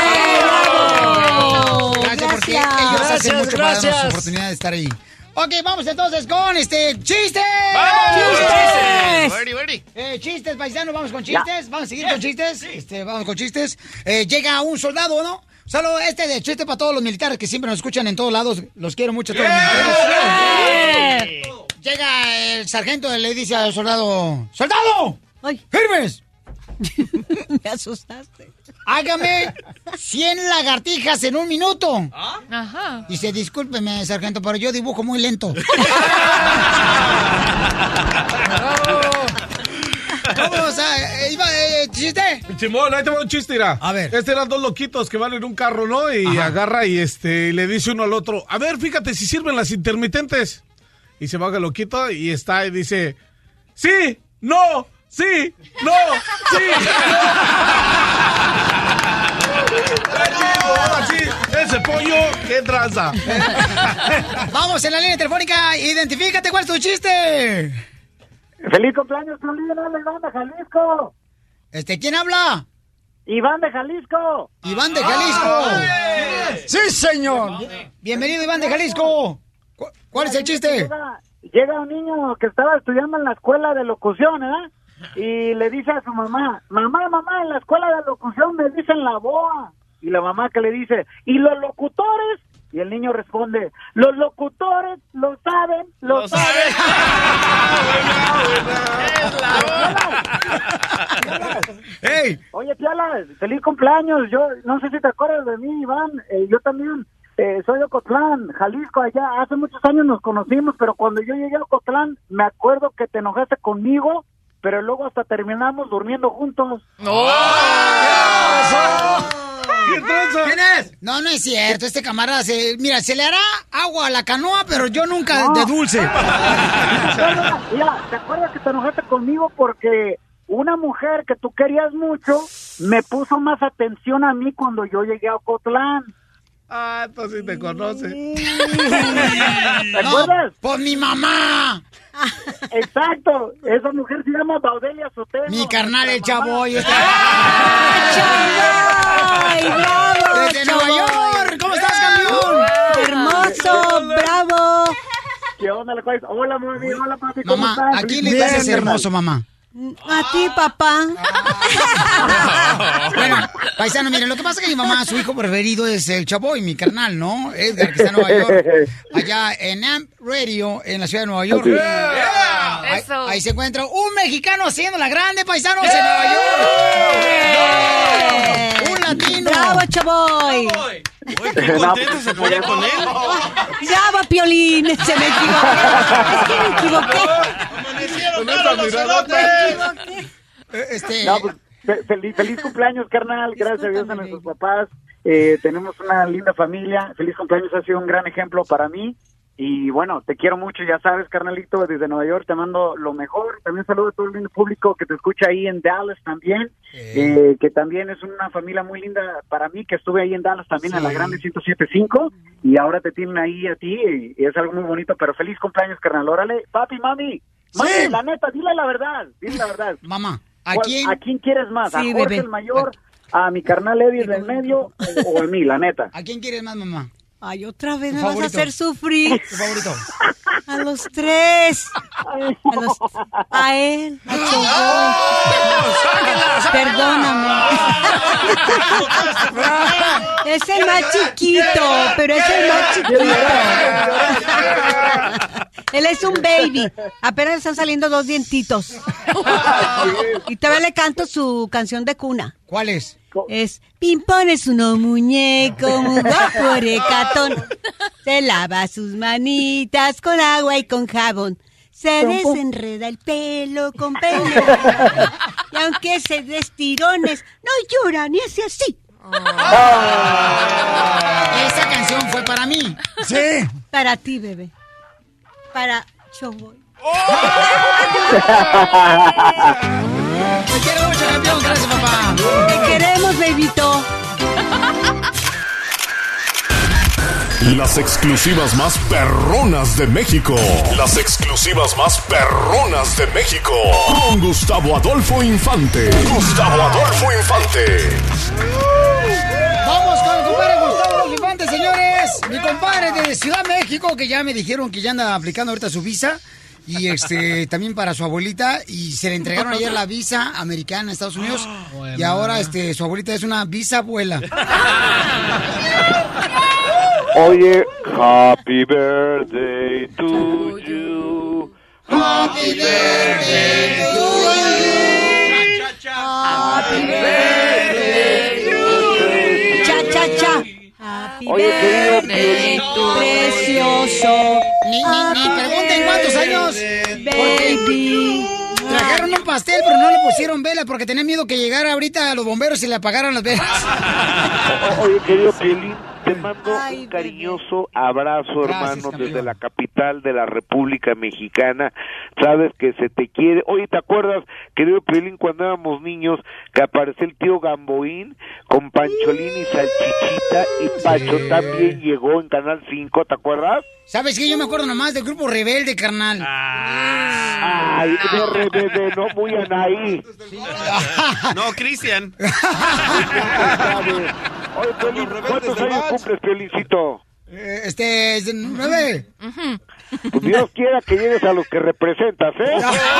¡Bravo! Gracias porque Gracias. ellos Gracias, hacen mucho para darnos gracias. la oportunidad de estar ahí. Ok, vamos entonces con este chiste. ¡Vamos! ¡Chistes! Ready, ready. Eh, chistes, paisanos, vamos con chistes. Vamos a seguir con chistes. Este, vamos con chistes. Eh, llega un soldado, ¿no? Solo este de chiste para todos los militares que siempre nos escuchan en todos lados. Los quiero mucho a todos los militares. Llega el sargento y le dice al soldado: ¡Soldado! Ay. ¡Firmes! Me asustaste. Hágame cien lagartijas en un minuto. ¿Ah? Ajá. Dice: discúlpeme, sargento, pero yo dibujo muy lento. Vamos a... ¿Iba eh, chiste? Simón, ahí te va un chiste, mira. A ver. Este eran dos loquitos que van en un carro, ¿no? Y Ajá. agarra y este le dice uno al otro: a ver, fíjate si sirven las intermitentes. Y se baja el loquito y está y dice: sí, no, sí, no, sí. Ahora sí, ese pollo, qué tranza. Vamos en la línea telefónica, identifícate, ¿cuál es tu chiste? ¡Feliz cumpleaños, Piolín! ¡Hola, Iván de Jalisco! Este, ¿quién habla? ¡Iván de Jalisco! ¡Iván de Jalisco! ¡Ay! ¡Sí, señor! Bienvenido, Iván de Jalisco. ¿Cuál es el chiste? Llega, llega un niño que estaba estudiando en la escuela de locución, ¿eh? Y le dice a su mamá: mamá, mamá, en la escuela de locución me dicen la boa. Y la mamá que le dice: ¿y los locutores? Y el niño responde: los locutores lo saben, lo, lo saben. ¡Hey! Oye, Piala, feliz cumpleaños. Yo no sé si te acuerdas de mí, Iván. Eh, yo también eh, soy de Ocotlán, Jalisco, allá. Hace muchos años nos conocimos, pero cuando yo llegué a Ocotlán, me acuerdo que te enojaste conmigo, pero luego hasta terminamos durmiendo juntos. ¡Oh! ¿Quién es? No, no es cierto. Este camarada se... Mira, se le hará agua a la canoa, pero yo nunca no. de dulce. Mira, ¿te acuerdas que te enojaste conmigo porque una mujer que tú querías mucho me puso más atención a mí cuando yo llegué a Ocotlán? Ah, entonces sí te conoce. ¿Te acuerdas? No, por mi mamá. Exacto, esa mujer se llama Baudelia Sotelo. Mi carnal, el Chavoy. Está... ¡Ay, bravo! Desde Nueva York. ¿Cómo estás, campeón? ¡Hermoso! ¡Bravo! ¿Qué onda, la cual? Hola, mami, hola, papi, ¿cómo mamá, estás? ¿a quién le dices hermoso, mamá? A ti, papá. Bueno, paisano, miren, lo que pasa es que mi mamá, su hijo preferido es el Chavoy, mi carnal, ¿no? Edgar, que está en Nueva York. Allá en Amp Radio, en la ciudad de Nueva York. Yeah. Ahí, Eso. ahí se encuentra un mexicano haciendo la grande, paisanos, yeah. en Nueva York. Yeah. Un latino. ¡Bravo, Chavoy! Oye, qué contento se ponía con él. Ya va, Piolín, se me equivoqué. Es que me equivoqué. Amanecieron caros los elotes. Este... No, pues, fe- feliz, feliz cumpleaños, carnal. Gracias a Dios a nuestros papás. Eh, tenemos una linda familia. Feliz cumpleaños, ha sido un gran ejemplo para mí. Y bueno, te quiero mucho, ya sabes, carnalito, desde Nueva York te mando lo mejor. También saludo a todo el lindo público que te escucha ahí en Dallas también, eh, que también es una familia muy linda para mí, que estuve ahí en Dallas también, sí, en la grande ciento siete punto cinco, y ahora te tienen ahí a ti, y, y es algo muy bonito, pero feliz cumpleaños, carnal. Órale, papi, mami, mami, Sí. la neta, dile la verdad, dile la verdad. Mamá, ¿a ¿Cuál- quién? ¿A quién quieres más? Sí, ¿A Jorge bebé. el mayor, a mi carnal Eddie del medio, o, o a mí, la neta? ¿A quién quieres más, mamá? Ay, otra vez Tu me vas a favorito. hacer sufrir. Tu favorito. A los tres. A, los, a él, a Choboy. Perdóname. Es el más chiquito, pero es el más chiquito. Él es un baby. Apenas están saliendo dos dientitos. Y todavía le canto su canción de cuna. ¿Cuál es? Es Pimpón es uno muñeco, muy guapo, recatón. Se lava sus manitas con agua y con jabón. Se desenreda el pelo con pelo. Y aunque se des tirones, no llora ni hace así. Esa canción fue para mí. Sí. Para ti, bebé. Para Choboy. Te quiero mucho, campeón. Gracias, papá. Te queremos, bebito. Las exclusivas más perronas de México. Las exclusivas más perronas de México. Con Gustavo Adolfo Infante. Gustavo Adolfo Infante. Vamos con el compadre Gustavo Adolfo Infante, señores. Mi compadre de Ciudad de México, que ya me dijeron que ya anda aplicando ahorita su visa. Y este también para su abuelita. Y se le entregaron ayer la visa americana a Estados Unidos. Y ahora este su abuelita es una bisabuela. Oye, happy birthday to you. Happy birthday to you. Happy birthday to you. Cha, cha, cha. Happy Oye, querido birthday, precioso. Ni, ni, ni pregunten cuántos años. Baby. Trajeron un pastel, pero no le pusieron vela porque tenían miedo que llegara ahorita a los bomberos y le apagaran las velas. Oye, querido Piolín, te mando un cariñoso abrazo, hermano, desde la capital de la República Mexicana. Sabes que se te quiere. Oye, ¿te acuerdas, querido Piolín, cuando éramos niños, que apareció el tío Gamboín con Pancholín y Salchichita, y Pacho también llegó en Canal cinco, ¿te acuerdas? ¿Sabes qué? Yo me acuerdo nomás del grupo Rebelde, carnal. Ay, de rebelde, no muy Anaí. No, Cristian. Oye, Piolín, ¿cuántos años cumples, Piolincito? Eh, este, es de nueve. Pues Dios quiera que llegues a los que representas, ¿eh?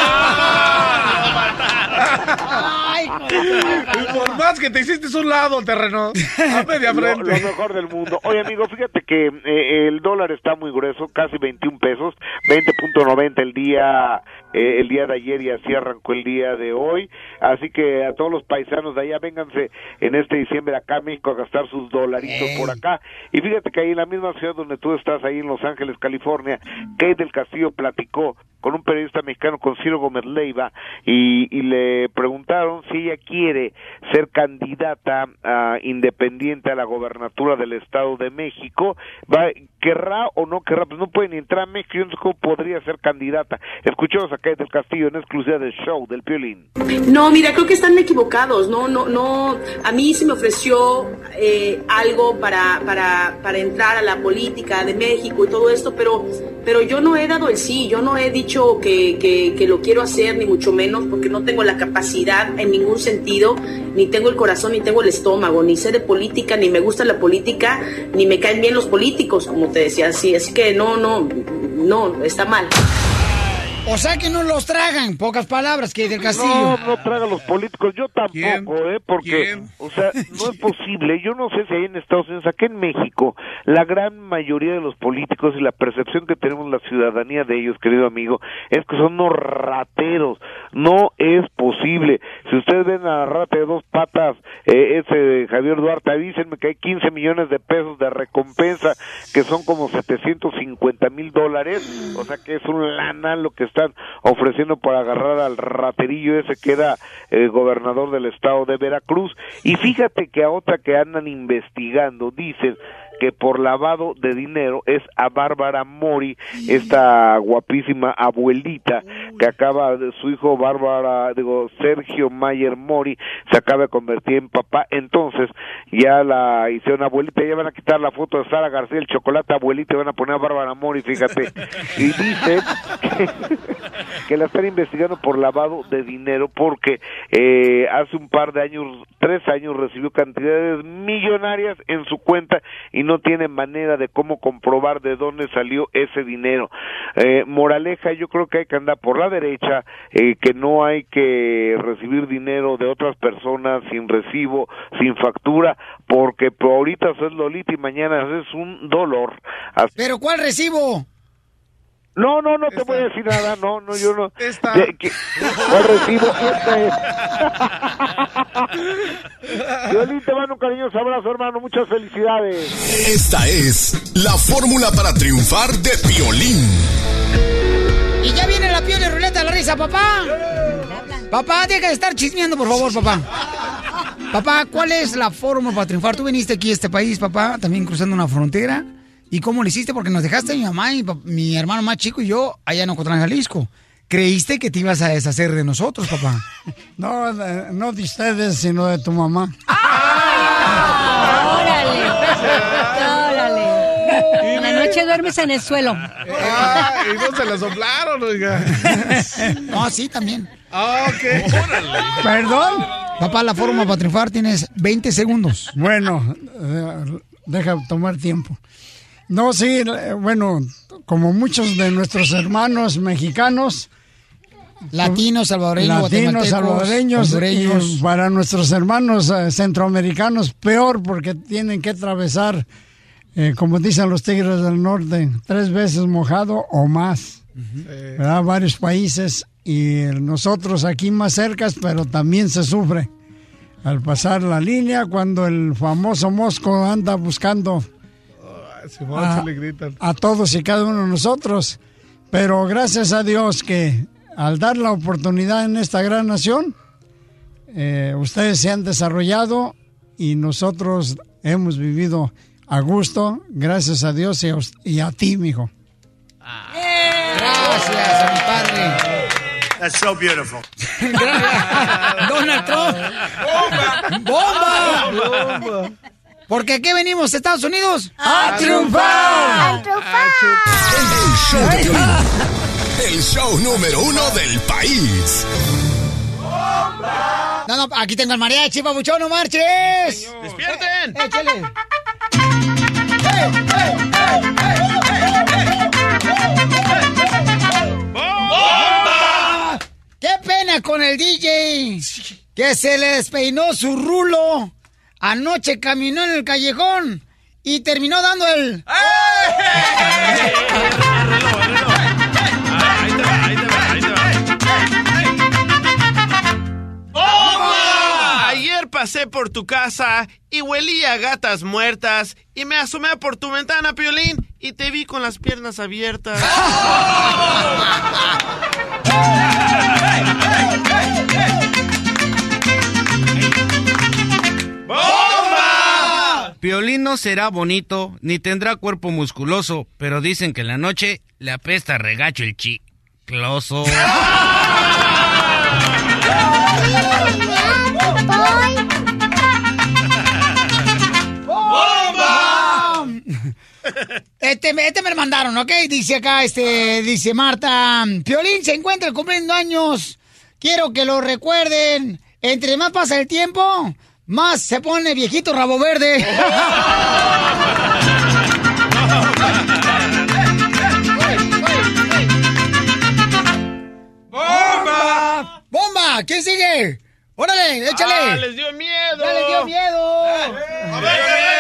Ay, Y por más que te hiciste un lado, terreno, a media Lo, frente. lo mejor del mundo. Oye, amigo, fíjate que eh, el dólar está muy grueso, casi veintiún pesos, veinte punto noventa el día eh, el día de ayer, y así arrancó el día de hoy. Así que a todos los paisanos de allá, vénganse en este diciembre acá a México a gastar sus dolaritos por acá. Y fíjate que ahí en la misma ciudad donde tú estás, ahí en Los Ángeles, California, Kate del Castillo platicó con un periodista mexicano, con Ciro Gómez Leiva, y, y le preguntaron si ella quiere ser candidata uh, independiente a la gobernatura del Estado de México. Va, ¿querrá o no querrá? Pues no puede ni entrar a México, yo no sé cómo podría ser candidata. Escuchemos a Kate del Castillo en exclusiva del show del Piolín. No, mira, creo que están equivocados. No, no, no. A mí se me ofreció eh, algo para, para, para entrar a la política de México y todo esto, pero, pero yo no he dado el sí. Yo no he dicho que, que, que lo quiero hacer, ni mucho menos, porque no tengo la capacidad en ningún sentido, ni tengo el corazón, ni tengo el estómago, ni sé de política, ni me gusta la política, ni me caen bien los políticos, como te decía. Así, así que no, no, no, está mal. O sea que no los tragan, pocas palabras, que del Castillo. No, no tragan los políticos, yo tampoco, ¿Quién? ¿eh? Porque, ¿Quién? o sea, no es posible. Yo no sé si hay en Estados Unidos, aquí en México, la gran mayoría de los políticos y la percepción que tenemos la ciudadanía de ellos, querido amigo, es que son unos rateros. No es posible. Si ustedes ven a la rata de dos patas, eh, ese de Javier Duarte, avísenme que hay quince millones de pesos de recompensa, que son como setecientos cincuenta mil dólares, o sea que es un lana lo que están ofreciendo para agarrar al raterillo ese que era el gobernador del estado de Veracruz. Y fíjate que a otra que andan investigando, dicen que por lavado de dinero es a Bárbara Mori, esta guapísima abuelita que acaba de su hijo Bárbara, digo, Sergio Mayer Mori, se acaba de convertir en papá, entonces ya la hicieron abuelita, ya van a quitar la foto de Sara García, el chocolate abuelita, y van a poner a Bárbara Mori, fíjate, y dicen que, que la están investigando por lavado de dinero porque eh, hace un par de años, tres años, recibió cantidades millonarias en su cuenta y no tiene manera de cómo comprobar de dónde salió ese dinero. Eh, moraleja, yo creo que hay que andar por la derecha, eh, que no hay que recibir dinero de otras personas sin recibo, sin factura, porque por ahorita es Lolita y mañana es un dolor. Así... ¿Pero cuál recibo? No, no, no te Esta. voy a decir nada, no, no, yo no. Esta. De, que, no recibo, esta es. Violín, te mando un cariñoso abrazo, hermano, muchas felicidades. Esta es la fórmula para triunfar de Piolín. Y ya viene la Pioli Ruleta de la Risa, papá. Papá, deja de estar chismeando, por favor, papá. Papá, ¿cuál es la fórmula para triunfar? Tú viniste aquí a este país, papá, también cruzando una frontera. ¿Y cómo lo hiciste? Porque nos dejaste a mi mamá y mi hermano más chico y yo allá en Ocotlán, Jalisco. ¿Creíste que te ibas a deshacer de nosotros, papá? No, de, no de ustedes, sino de tu mamá. ¡Ah! ¡Órale! ¡Órale! En la noche duermes en el suelo. Ah, y no se la soplaron, oiga. No, sí, también. Ah, ok. ¡Órale! ¿Perdón? Papá, la fórmula para triunfar tienes veinte segundos. Bueno, eh, deja tomar tiempo. No, sí, bueno, como muchos de nuestros hermanos mexicanos, latinos, salvadoreños, latinos, salvadoreños, y para nuestros hermanos eh, centroamericanos, peor porque tienen que atravesar, eh, como dicen los Tigres del Norte, tres veces mojado o más, uh-huh. ¿verdad? Varios países, y nosotros aquí más cercas, pero también se sufre al pasar la línea cuando el famoso mosco anda buscando A, a todos y cada uno de nosotros, pero gracias a Dios que al dar la oportunidad en esta gran nación, eh, ustedes se han desarrollado y nosotros hemos vivido a gusto, gracias a Dios y a, y a ti, mijo. Gracias a mi padre. That's so beautiful. Donald Trump. ¡Bomba! ¡Bomba! ¡Bomba! Porque aquí venimos, Estados Unidos, a, a triunfar. ¡A triunfar! El show de Piolín, el show número uno del país. No, no, aquí tengo el mariachi, papuchón, no marches. Señor. ¡Despierten! ¡Échale! ¡Hey, hey, hey, hey! ¡Bomba! ¡Qué pena con el D J! Que se le despeinó su rulo. Anoche caminó en el callejón y terminó dando el... Ayer pasé por tu casa y huelía a gatas muertas y me asomé por tu ventana, Piolín, y te vi con las piernas abiertas. ¡Bomba! Piolín no será bonito, ni tendrá cuerpo musculoso, pero dicen que en la noche le apesta regacho el chicloso. ¡Bomba! Este, este me lo mandaron, ¿ok? Dice acá, este, dice Marta, Piolín se encuentra cumpliendo años. Quiero que lo recuerden. Entre más pasa el tiempo, más se pone viejito rabo verde. ¡Bomba! ¿Quién sigue? ¡Órale, échale! ¡Ah, les dio miedo! ¡Ya les dio miedo! ¡A ver,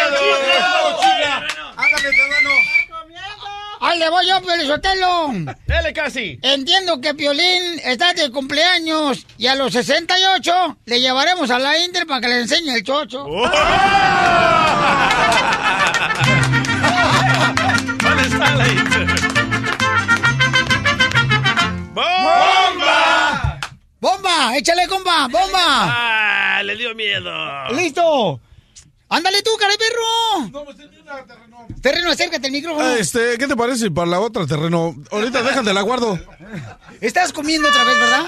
¡Ándale, terreno! ¡Ahí le voy yo, Piolín Sotelo! ¡Dale, casi! Entiendo que Piolín está de cumpleaños y a los sesenta y ocho le llevaremos a la Inter para que le enseñe el chocho. Oh. ¿Dónde está la Inter? ¡Bomba! ¡Bomba! ¡Échale, compa! ¡Bomba! ¡Ah! Le dio miedo. ¡Listo! ¡Ándale tú, cara de perro! No, me terreno. Terreno, acércate al micrófono. Ah, este, ¿qué te parece para la otra, terreno? Ahorita déjate, la guardo. Estás comiendo otra vez, ¿verdad?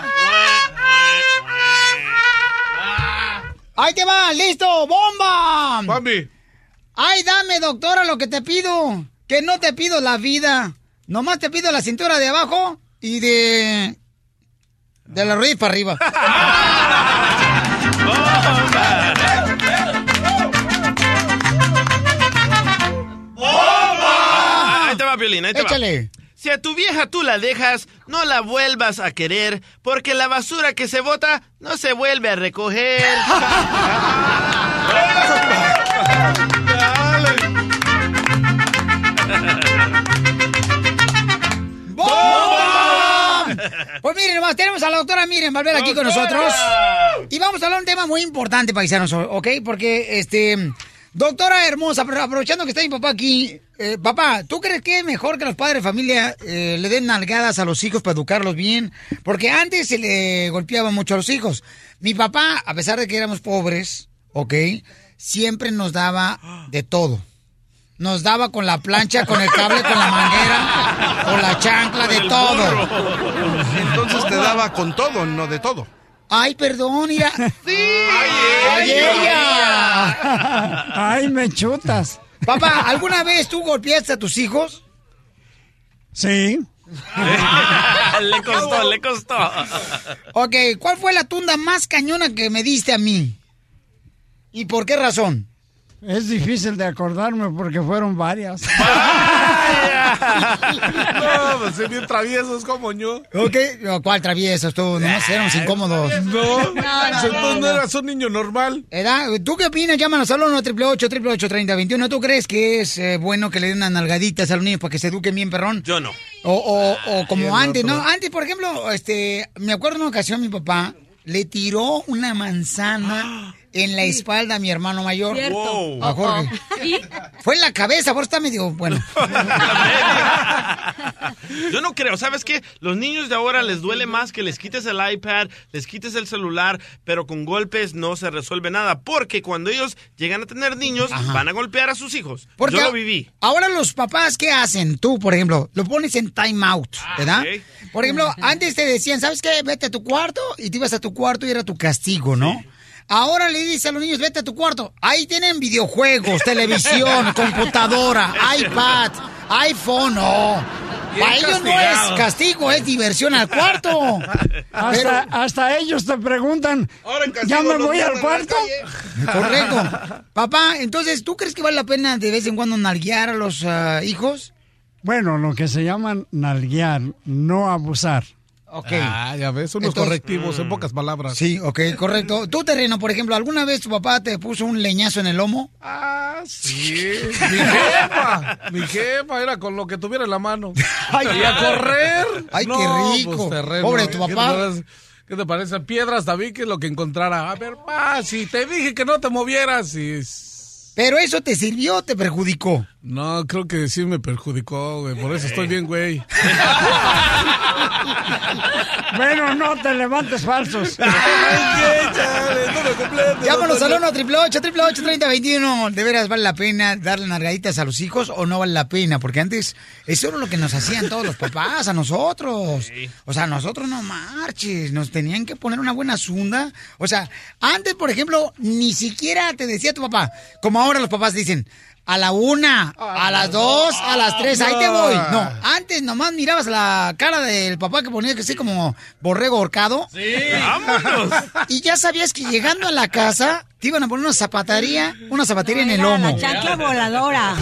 ¡Ahí te va! ¡Listo! ¡Bomba! ¡Bambi! ¡Ay, dame, doctora, lo que te pido! Que no te pido la vida. Nomás te pido la cintura de abajo y de... de la rodilla para arriba. ¡Bomba! ¡Bomba! Ahí te va, Piolín, ahí te Échale. va. Si a tu vieja tú la dejas, no la vuelvas a querer, porque la basura que se bota no se vuelve a recoger. ¡Bomba! Pues miren, nomás tenemos a la doctora Miren Valverde aquí con nosotros. Y vamos a hablar de un tema muy importante, paisanos, ¿ok? Porque, este... doctora hermosa, aprovechando que está mi papá aquí, eh, papá, ¿tú crees que es mejor que los padres de familia eh, le den nalgadas a los hijos para educarlos bien? Porque antes se le golpeaba mucho a los hijos. Mi papá, a pesar de que éramos pobres, ¿ok? Siempre nos daba de todo. Nos daba con la plancha, con el cable, con la manguera, con la chancla, de todo. Entonces te daba con todo, no de todo. Ay, perdón, mira. ¡Sí! ¡Ay, ella! ¡Ay, me chutas! Papá, ¿alguna vez tú golpeaste a tus hijos? Sí. Le costó, le costó. Ok, ¿cuál fue la tunda más cañona que me diste a mí? ¿Y por qué razón? Es difícil de acordarme porque fueron varias. No, pues son bien traviesos como yo. Ok, ¿cuál traviesos tú? Nomás éramos incómodos. No, no, no, tú no, no no. eras un niño normal. ¿Edad? ¿Tú qué opinas? Llámanos al uno, ocho ocho ocho, ocho ocho, tres cero dos uno. ¿Tú crees que es eh, bueno que le den unas nalgaditas a los niños para que se eduquen bien, perrón? Yo no. O, o, o como Bien, antes, otro. ¿no? Antes, por ejemplo, este, me acuerdo en una ocasión mi papá le tiró una manzana en la espalda a mi hermano mayor. Cierto. Wow. A Jorge. ¿Y? Fue en la cabeza, por eso está medio, bueno. Yo no creo, ¿sabes qué? Los niños de ahora les duele más que les quites el iPad, les quites el celular, pero con golpes no se resuelve nada, porque cuando ellos llegan a tener niños, Ajá. van a golpear a sus hijos. Porque Yo lo viví. Ahora los papás, ¿qué hacen? Tú, por ejemplo, lo pones en time out, ¿verdad? ok. Por ejemplo, antes te decían, ¿sabes qué? Vete a tu cuarto, y te ibas a tu cuarto y era tu castigo, ¿no? Ahora le dices a los niños, vete a tu cuarto. Ahí tienen videojuegos, televisión, computadora, iPad, iPhone, no. Bien Para ellos no es castigados. castigo, es diversión al cuarto. Hasta, Pero- hasta ellos te preguntan, ¿ya me voy al cuarto? Correcto. Papá, entonces, ¿tú crees que vale la pena de vez en cuando nalguear a los ah, hijos? Bueno, lo que se llaman nalguear, no abusar. Ok. Ah, ya ves, unos Entonces- correctivos en pocas palabras. Sí, ok, correcto. Tú, Terreno, por ejemplo, ¿alguna vez tu papá te puso un leñazo en el lomo? Ah, sí. Mi jefa, mi jefa era con lo que tuviera en la mano. Ay, y a correr. Ay, No, qué rico. pues, terreno. Pobre tu ¿Qué te papá. parece? ¿Qué te parece? Piedras también, que es lo que encontrara. A ver, pa, si te dije que no te movieras y... ¿Pero eso te sirvió o te perjudicó? No, creo que sí me perjudicó, güey. Por eso estoy bien, güey. Bueno, no te levantes falsos. Llámanos al uno, ocho ocho ocho, ocho ocho, tres cero dos uno. ¿De veras vale la pena darle nalgaditas a los hijos o no vale la pena? Porque antes eso era lo que nos hacían todos los papás, a nosotros. O sea, nosotros no marches, nos tenían que poner una buena zunda. O sea, antes, por ejemplo, ni siquiera te decía tu papá, como ahora los papás dicen, a la una, a las dos, a las tres, ahí te voy. No, antes nomás mirabas la cara del papá que ponía que así como borrego ahorcado. Sí, vámonos. Y ya sabías que llegando a la casa te iban a poner una zapatería, una zapatería en el lomo. La chancla voladora.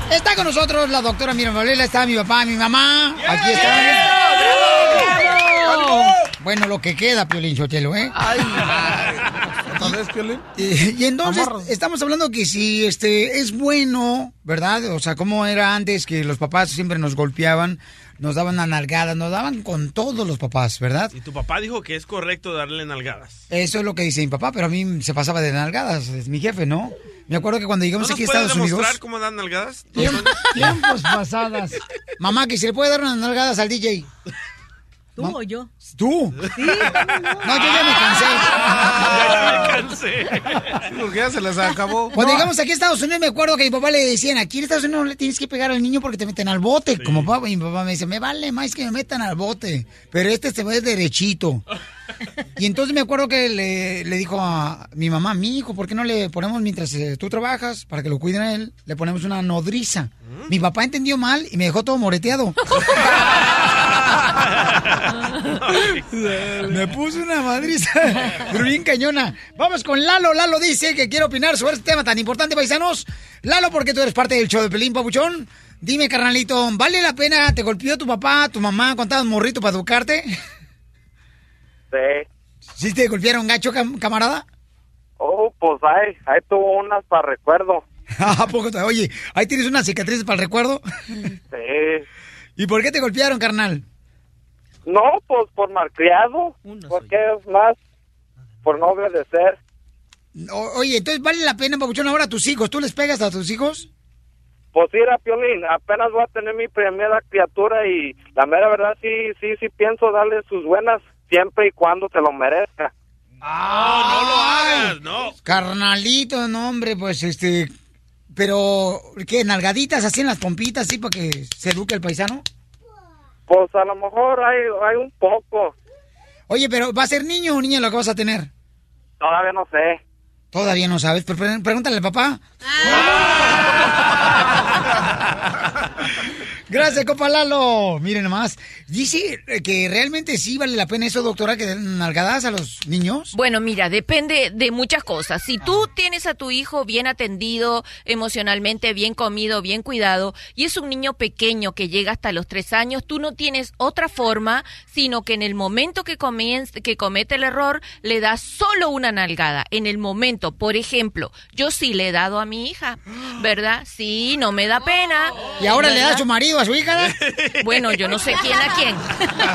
Está con nosotros la doctora Miriam Valera, está mi papá, mi mamá. Aquí están. Bueno, lo que queda, Piolín Sotelo, ¿eh? Ay, ¿Otra vez, Piolín? Y, y entonces Amarras. estamos hablando que si este es bueno, ¿verdad? O sea, como era antes que los papás siempre nos golpeaban, nos daban una nalgada, nos daban con todos los papás, ¿verdad? Y tu papá dijo que es correcto darle nalgadas. Eso es lo que dice mi papá, pero a mí se pasaba de nalgadas, es mi jefe, ¿no? Me acuerdo que cuando llegamos ¿No aquí a nos puedes Estados Unidos... demostrar cómo dan nalgadas? Tiempos pasadas. Mamá, que se le puede dar unas nalgadas al D J. ¿Tú o yo? ¿Tú? Sí. No, yo ya me cansé. Ya me cansé. Porque ya se les acabó. Cuando No. llegamos aquí a Estados Unidos, me acuerdo que a mi papá le decían, aquí en Estados Unidos no le tienes que pegar al niño porque te meten al bote. Sí. Como papá, y mi papá me dice, me vale más que me metan al bote, pero este se va derechito. Y entonces me acuerdo que le, le dijo a mi mamá, mi hijo, ¿por qué no le ponemos, mientras eh, tú trabajas, para que lo cuiden a él, le ponemos una nodriza? ¿Mm? Mi papá entendió mal y me dejó todo moreteado. Me puso una madriza, pero bien cañona. Vamos con Lalo. Lalo dice que quiere opinar sobre este tema tan importante, paisanos. Lalo, porque tú eres parte del show de Pelín, papuchón. Dime, carnalito, ¿vale la pena? ¿Te golpeó tu papá, tu mamá cuando estabas morrito para educarte? Sí. ¿Sí te golpearon gacho, cam camarada? Oh, pues ahí, ahí tuvo unas para recuerdo. ¿A poco te... Oye, ahí tienes unas cicatrices para el recuerdo. Sí. ¿Y por qué te golpearon, carnal? No, pues por malcriado. Porque es más, por no obedecer. O, oye, entonces vale la pena, papuchón, ahora a tus hijos. ¿Tú les pegas a tus hijos? Pues mira, Piolín, apenas voy a tener mi primera criatura y la mera verdad sí, sí, sí pienso darle sus buenas siempre y cuando te lo merezca. ¡Ah, no lo hagas, no! Carnalito, no, hombre, pues este... Pero, ¿qué? ¿Nalgaditas así en las pompitas, así, para que se eduque el paisano? Pues a lo mejor hay, hay un poco. Oye, pero ¿va a ser niño o niña lo que vas a tener? Todavía no sé. Todavía no sabes, pero pre- pregúntale al papá. Gracias, compa Lalo. Miren nomás. Dice que realmente sí vale la pena eso, doctora, que den nalgadas a los niños. Bueno, mira, depende de muchas cosas. Si tú tienes a tu hijo bien atendido, emocionalmente bien comido, bien cuidado, y es un niño pequeño que llega hasta los tres años, tú no tienes otra forma, sino que en el momento que, comience, que comete el error, le das solo una nalgada. En el momento, por ejemplo, yo sí le he dado a mi hija, ¿verdad? Sí, no me da pena. ¿Y ahora ¿verdad? le da a su marido, a su hija? Bueno, yo no sé quién a quién.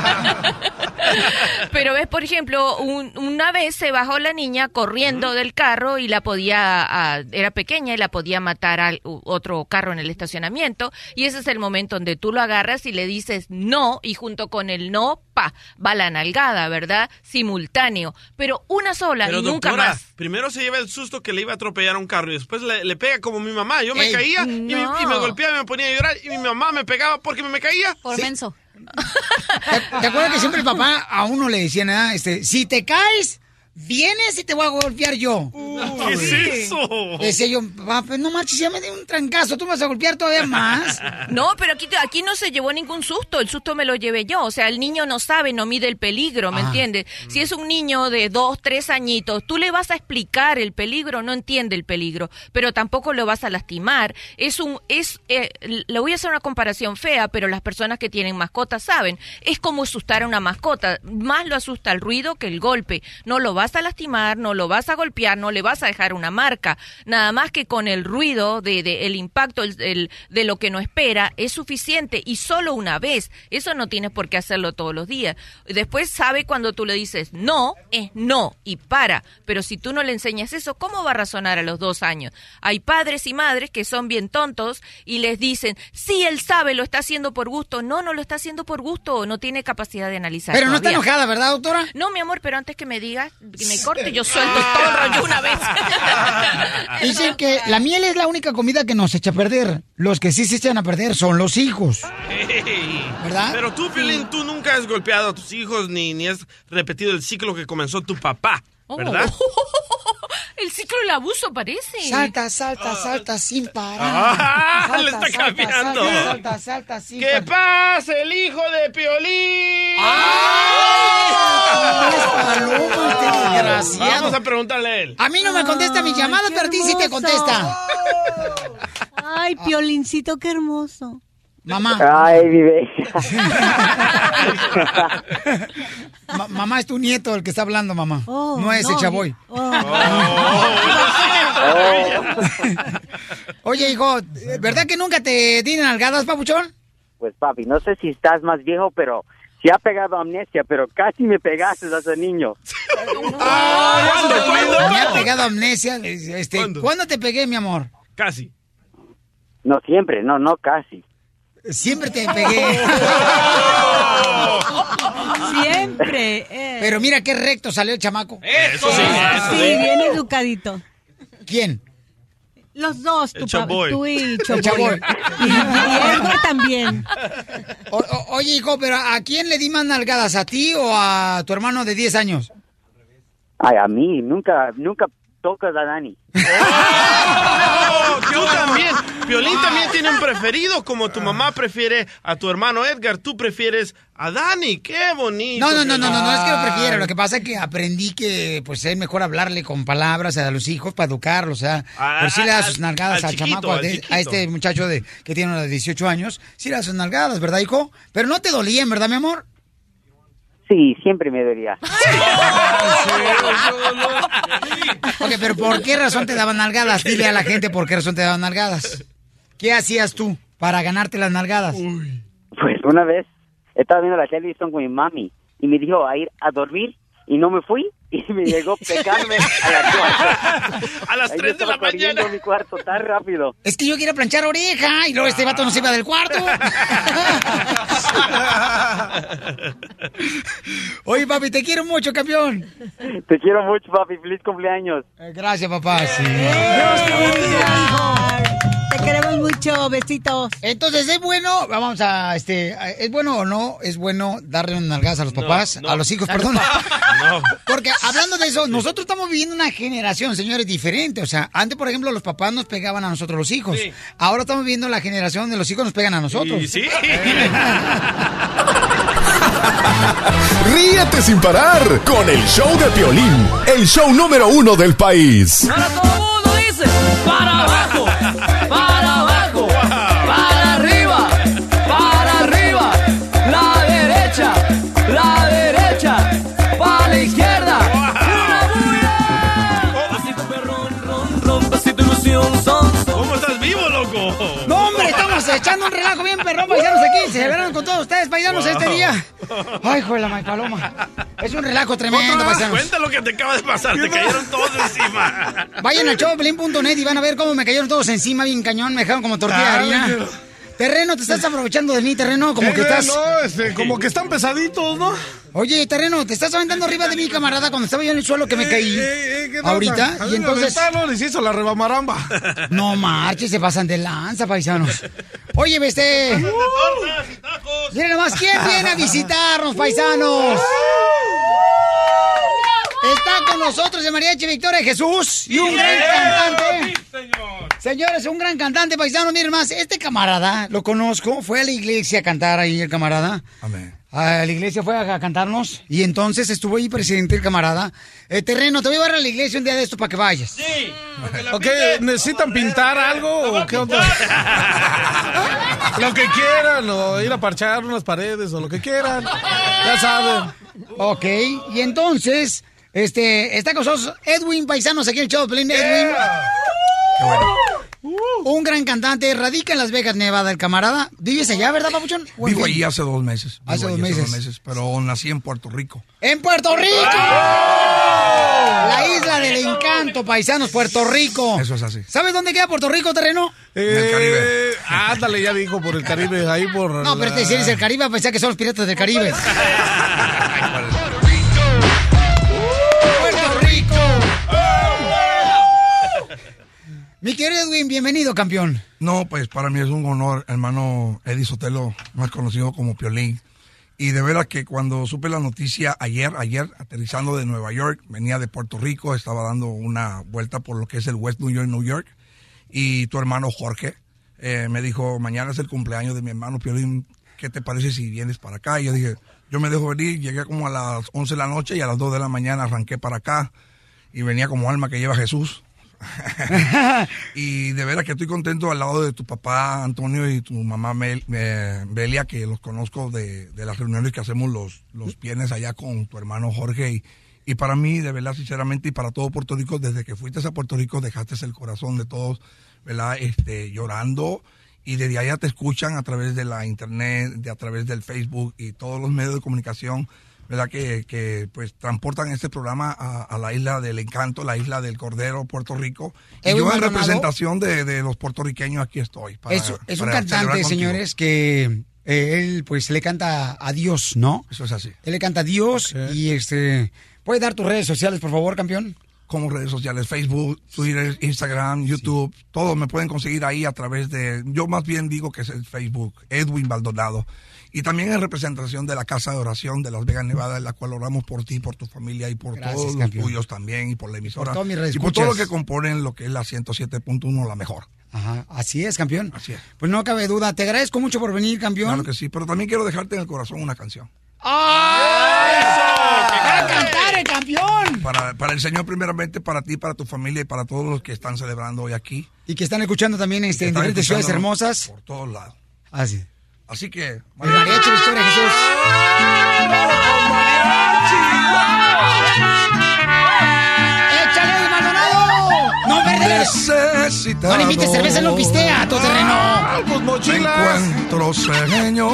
Pero ves, por ejemplo, un, una vez se bajó la niña corriendo del carro y la podía, a, era pequeña y la podía matar a otro carro en el estacionamiento. Y ese es el momento donde tú lo agarras y le dices no, y junto con el no, pa, va la nalgada, ¿verdad? Simultáneo. Pero una sola, Pero, y nunca doctora, más. primero se lleva el susto que le iba a atropellar a un carro y después le, le pega como mi mamá. Yo me Ey, caía no. y, me, y me golpeaba y me ponía a llorar y mi mamá me pegaba porque me, me caía. Por Sí. menso. ¿Te, te acuerdas que siempre el papá a uno le decían, ah, este, si te caes, vienes y te voy a golpear yo? ¿Qué es eso? Decía yo, papá, pues no marches, ya me di un trancazo, tú me vas a golpear todavía más. No, pero aquí, aquí no se llevó ningún susto, el susto me lo llevé yo. O sea, el niño no sabe, no mide el peligro, ¿me Ah. entiendes? Si es un niño de dos, tres añitos, tú le vas a explicar el peligro, no entiende el peligro, pero tampoco lo vas a lastimar. Es un, es, eh, le voy a hacer una comparación fea, pero las personas que tienen mascotas saben, es como asustar a una mascota, más lo asusta el ruido que el golpe. No lo vas a lastimar, no lo vas a golpear, no le vas a dejar una marca, nada más que con el ruido de, de el impacto el, el, de lo que no espera es suficiente y solo una vez. Eso no tienes por qué hacerlo todos los días. Después sabe cuando tú le dices no, es no y para. Pero si tú no le enseñas eso, ¿cómo va a razonar a los dos años? Hay padres y madres que son bien tontos y les dicen, sí, él sabe, lo está haciendo por gusto. No, no lo está haciendo por gusto, no tiene capacidad de analizar. Pero no está todavía. enojada, ¿verdad, doctora? No, mi amor, pero antes que me digas, que me corte, yo suelto todo el rollo una vez. Dicen que la miel es la única comida que nos echa a perder. Los que sí se echan a perder son los hijos. Hey. ¿Verdad? Pero tú, Piolín, tú nunca has golpeado a tus hijos ni, ni has repetido el ciclo que comenzó tu papá, ¿verdad? Oh. El ciclo del abuso parece. Salta, salta, salta sin parar. Ah, salta, le está salta, cambiando. Salta, salta, salta sin ¡Que parar. pase el hijo de Piolín! ¡Ay! Paloma, desgraciado. Vamos a preguntarle a él. A mí no me contesta mi llamada, pero a ti sí te contesta. Ay, Ay, Piolincito, qué hermoso. Mamá. Ay, mi bella. Ma- mamá, es tu nieto el que está hablando, mamá. Oh, no es no, el chavoy. oh. Oye, hijo, ¿verdad que nunca te tienen nalgadas, papuchón? Pues, papi, no sé si estás más viejo, pero sí ha pegado amnesia, pero casi me pegaste hace niño. Me ha pegado amnesia. Este, ¿Cuándo? ¿Cuándo te pegué, mi amor? Casi. No, siempre, no, no, casi. Siempre te pegué. Siempre. eh. Pero mira qué recto salió el chamaco. Eso sí. Sí, bien educadito. ¿Quién? Los dos, tu El pa- Chaboy. tú y El Chaboy. Chaboy. Y, y Edgar también. O- o- oye, hijo, pero ¿a quién le di más nalgadas? ¿A ti o a tu hermano de diez años? Ay, a mí, nunca, nunca tocas a Dani. ¡Oh! Tú también. Piolín también tiene un preferido, como tu mamá prefiere a tu hermano Edgar, tú prefieres a Dani. ¡Qué bonito! No, no, no, no, no, no es que lo prefiera. Ay. Lo que pasa es que aprendí que pues es mejor hablarle con palabras a los hijos para educarlos, o sea, Ah, pero sí le da al- sus nalgadas al al, chiquito, chamaco, al de- chiquito. a este muchacho de que tiene unos dieciocho años, sí le da sus nalgadas, ¿verdad, hijo? Pero no te dolían, ¿verdad, mi amor? Sí, siempre me dolía. Ok, pero ¿por qué razón te daban nalgadas? Dile a la gente por qué razón te daban nalgadas. ¿Qué hacías tú para ganarte las nalgadas? Pues una vez estaba viendo la televisión con mi mami y me dijo a ir a dormir y no me fui y me llegó a pegarme a las cuatro. A las tres de la mañana. A mi cuarto tan rápido. Es que yo quería planchar oreja y luego este vato no se iba del cuarto. Oye, papi, te quiero mucho, campeón. Te quiero mucho, papi. Feliz cumpleaños. Eh, gracias, papá. Sí. Te queremos mucho, besitos. Entonces, ¿es bueno, vamos a, este, es bueno o no, es bueno darle unas nalgadas a los papás, no. a los hijos, A los perdón? No. Porque hablando de eso, nosotros estamos viviendo una generación, señores, diferente. O sea, antes, por ejemplo, los papás nos pegaban a nosotros los hijos. Sí. Ahora estamos viviendo la generación donde los hijos nos pegan a nosotros. Y sí. Ríete sin parar con el show de Piolín, el show número uno del país. Ahora todo el mundo dice, para abajo, para abajo, para arriba, para arriba, la derecha, la derecha, para la izquierda. ¡Una bulla! Pasito perrón, ron, ron, pasito ilusión, son, son. ¿Cómo estás vivo, loco? No, hombre, estamos echando un relajo bien perrón, paisanos, aquí. Se verán con todos ustedes, paisanos, Wow. este día. Ay, hijo de la May Paloma. Es un relajo tremendo, paisanos. Cuenta lo que te acaba de pasar, te cayeron todos encima. Vayan al show pelín punto net y van a ver cómo me cayeron todos encima bien cañón, me dejaron como tortilla de harina. Ay, Terreno, te estás aprovechando de mí, Terreno, como Eh, que estás... No, este, como que están pesaditos, ¿no? Oye, Terreno, te estás aventando arriba de mi camarada cuando estaba yo en el suelo que me caí. Eh, eh, ¿qué pasa? Ahorita, A mí y me entonces... aventaron y se hizo la rebamaramba. No marches, se pasan de lanza, paisanos. Oye, este... Miren nomás, ¿quién viene a visitarnos, paisanos? Está con nosotros el mariachi Victoria Jesús y un gran cantante. Señores, un gran cantante, paisano. Miren más, este camarada, lo conozco, fue a la iglesia a cantar ahí el camarada. Amén. A la iglesia fue a cantarnos y entonces estuvo ahí presente el camarada. Eh, Terreno, te voy a llevar a la iglesia un día de esto para que vayas. Sí. Ok, ¿necesitan pintar algo o qué onda? Lo que quieran, o ir a parchar unas paredes, o lo que quieran. Ya saben. Ok, y entonces, este, está con nosotros Edwin Paisanos aquí en el show de Pelín. Edwin. Qué bueno. Un gran cantante, radica en Las Vegas, Nevada, el camarada. ¿Vives allá, verdad, papuchón? ¿O en Vivo fin? allí hace dos meses. Hace Vivo dos allí meses. Pero nací en Puerto Rico. ¡En Puerto Rico! La isla del encanto, paisanos, Puerto Rico. Eso es así. ¿Sabes dónde queda Puerto Rico, Terreno? En el Caribe. Ándale, ya dijo, por el Caribe, ahí por... No, pero este, si eres el Caribe, pensé que son los piratas del Caribe. ¡Puerto Rico! Mi querido Edwin, bienvenido, campeón. No, pues para mí es un honor, hermano Eddie Sotelo, más conocido como Piolín. Y de veras que cuando supe la noticia ayer, ayer, aterrizando de Nueva York, venía de Puerto Rico, estaba dando una vuelta por lo que es el West New York, New York. Y tu hermano Jorge eh, me dijo, mañana es el cumpleaños de mi hermano Piolín, ¿qué te parece si vienes para acá? Y yo dije, yo me dejo venir, llegué como a las once de la noche y a las dos de la mañana arranqué para acá. Y venía como alma que lleva Jesús. Y de veras que estoy contento al lado de tu papá Antonio y tu mamá Mel, eh, Belia, que los conozco de, de las reuniones que hacemos los, los viernes allá con tu hermano Jorge. Y, y para mí, de verdad, sinceramente, y para todo Puerto Rico, desde que fuiste a Puerto Rico, dejaste el corazón de todos, ¿verdad? Este, llorando. Y desde allá te escuchan a través de la internet, de a través del Facebook y todos los medios de comunicación, ¿verdad? Que, que pues transportan este programa a, a la isla del encanto, la isla del Cordero, Puerto Rico. Y Edwin yo en Maldonado, representación de, de los puertorriqueños aquí estoy. Para, es, es un para cantante, celebrar contigo. señores, que eh, él pues le canta a Dios, ¿no? Eso es así. Él le canta a Dios y este... ¿Puedes dar tus redes sociales, por favor, campeón? Como redes sociales, Facebook, Twitter, Instagram, YouTube, sí. Todo me pueden conseguir ahí a través de, yo más bien digo que es el Facebook, Edwin Maldonado. Y también en representación de la Casa de Oración de Las Vegas, Nevada, en la cual oramos por ti, por tu familia y por Gracias, todos campeón. Los tuyos también y por la emisora. Por y por todo lo que componen lo que es la ciento siete punto uno, la mejor. Ajá, así es, campeón. Así es. Pues no cabe duda, te agradezco mucho por venir, campeón. Claro que sí, pero también quiero dejarte en el corazón una canción. ¡Ah! ¡Eso! ¡Para cantar el campeón! Para, para el Señor primeramente, para ti, para tu familia y para todos los que están celebrando hoy aquí. Y que están escuchando también este, en diferentes ciudades hermosas. Por todos lados. Así. Así que... El mariachi, Victoria Jesús. ¡Échale, Maldonado! ¡No perder! No le invites cerveza, no pistea, tu terreno. Pues mochilas. Me encuentro, Señor.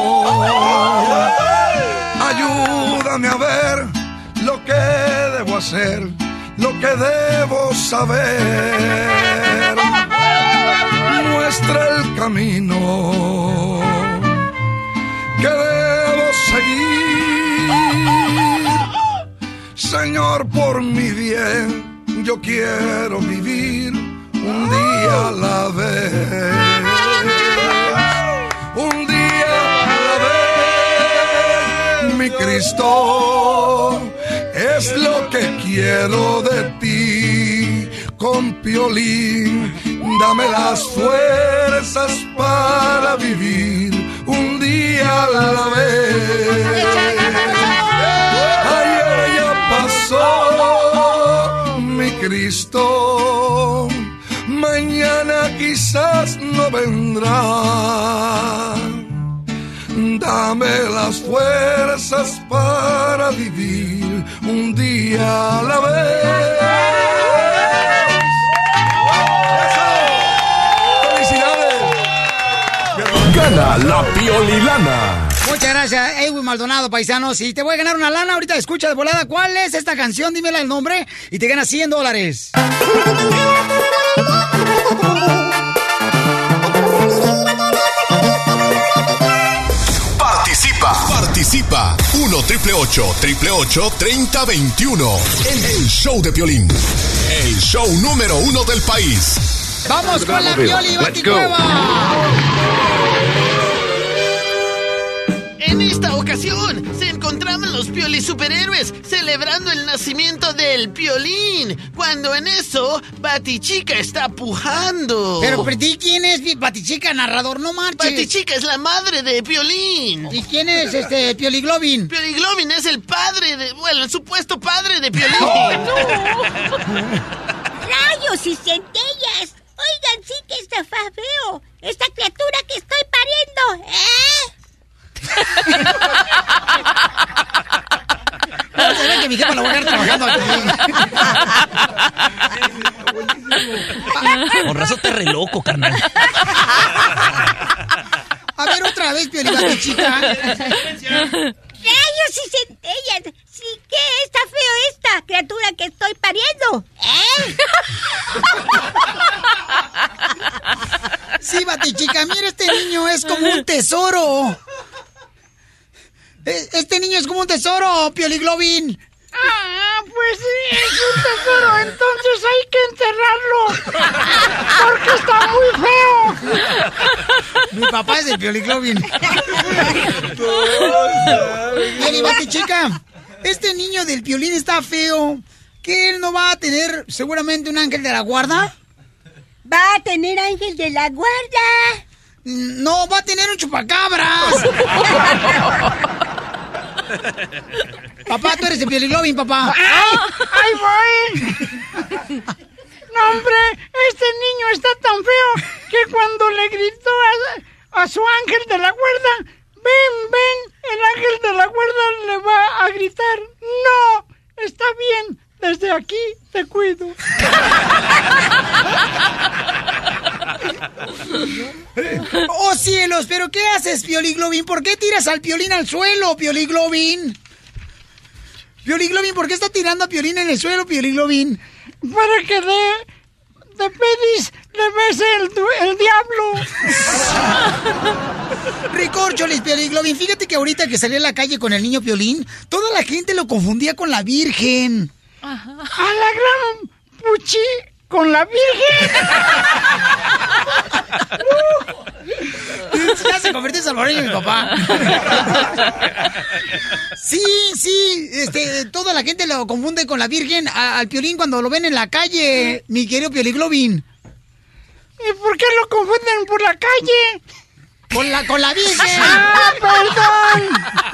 Ayúdame a ver lo que debo hacer, lo que debo saber. Muestra el camino que debo seguir. Señor, por mi bien, yo quiero vivir un día a la vez. Un día a la vez, mi Cristo, es lo que quiero de ti. Con Piolín, dame las fuerzas para vivir un día a la vez. Ayer ya pasó, mi Cristo, mañana quizás no vendrá. Dame las fuerzas para vivir un día a la vez. Gana la Piolilana. Muchas gracias, Edwin Maldonado, paisanos. Y te voy a ganar una lana ahorita. Escucha de volada cuál es esta canción. Dímela el nombre y te ganas cien dólares. Participa, participa. uno triple ocho triple ocho treinta veintiuno. El, el show de Piolín. El show número uno del país. ¡Vamos con la Pioli Baticueva! En esta ocasión se encontraban los Pioli superhéroes celebrando el nacimiento del Piolín, cuando en eso Batichica está pujando. Pero, ¿pero quién es Batichica, narrador? No marches. Batichica es la madre de Piolín. ¿Y quién es este Pioliglobin? Pioliglobin es el padre de, bueno, el supuesto padre de Piolín. ¡Oh, no! ¡Rayos y centellas! Oigan, sí que está feo. Esta criatura que estoy pariendo, ¿eh? No, se ve que mi jefa la voy a estar trabajando aquí. Con razón te re loco, carnal. A ver, otra vez, Piolín, chica. ¡Rayos y centellas! Sí que está feo esta criatura que estoy pariendo, ¿eh? Sí, Batichica, mira, este niño es como un tesoro. Este niño es como un tesoro, Pioliglobin. Ah, pues sí, es un tesoro, entonces hay que enterrarlo. Porque está muy feo. Mi papá es el Pioliglobin. Pioli, Batichica, este niño del Piolín está feo. ¿Que él no va a tener seguramente un ángel de la guarda? Va a tener ángel de la guarda. No, va a tener un chupacabras. Papá, tú eres el Pioliglobin, papá. ¡Ay, ahí voy! No, hombre, este niño está tan feo que cuando le gritó a, a su ángel de la guarda, ven, ven, el ángel de la guarda le va a gritar, no, está bien, desde aquí te cuido. ¡Oh, cielos! ¿Pero qué haces, Piolín Globin? ¿Por qué tiras al Piolín al suelo, Piolín Globin? Piolín Globin, ¿por qué está tirando a Piolín en el suelo, Piolín Globin? Para que de, de pedis le bese el, el diablo. Recorcholis, Piolín Globin. Fíjate que ahorita que salí a la calle con el niño Piolín, toda la gente lo confundía con la Virgen. Ajá. A la gran puchi con la Virgen. Ya se convierte en salvadoreño mi papá. Sí, sí, este, toda la gente lo confunde con la Virgen a, al Piolín cuando lo ven en la calle, mi querido Piolín Globin. ¿Y por qué lo confunden por la calle? Con la, con la Virgen. ¡Ah, perdón!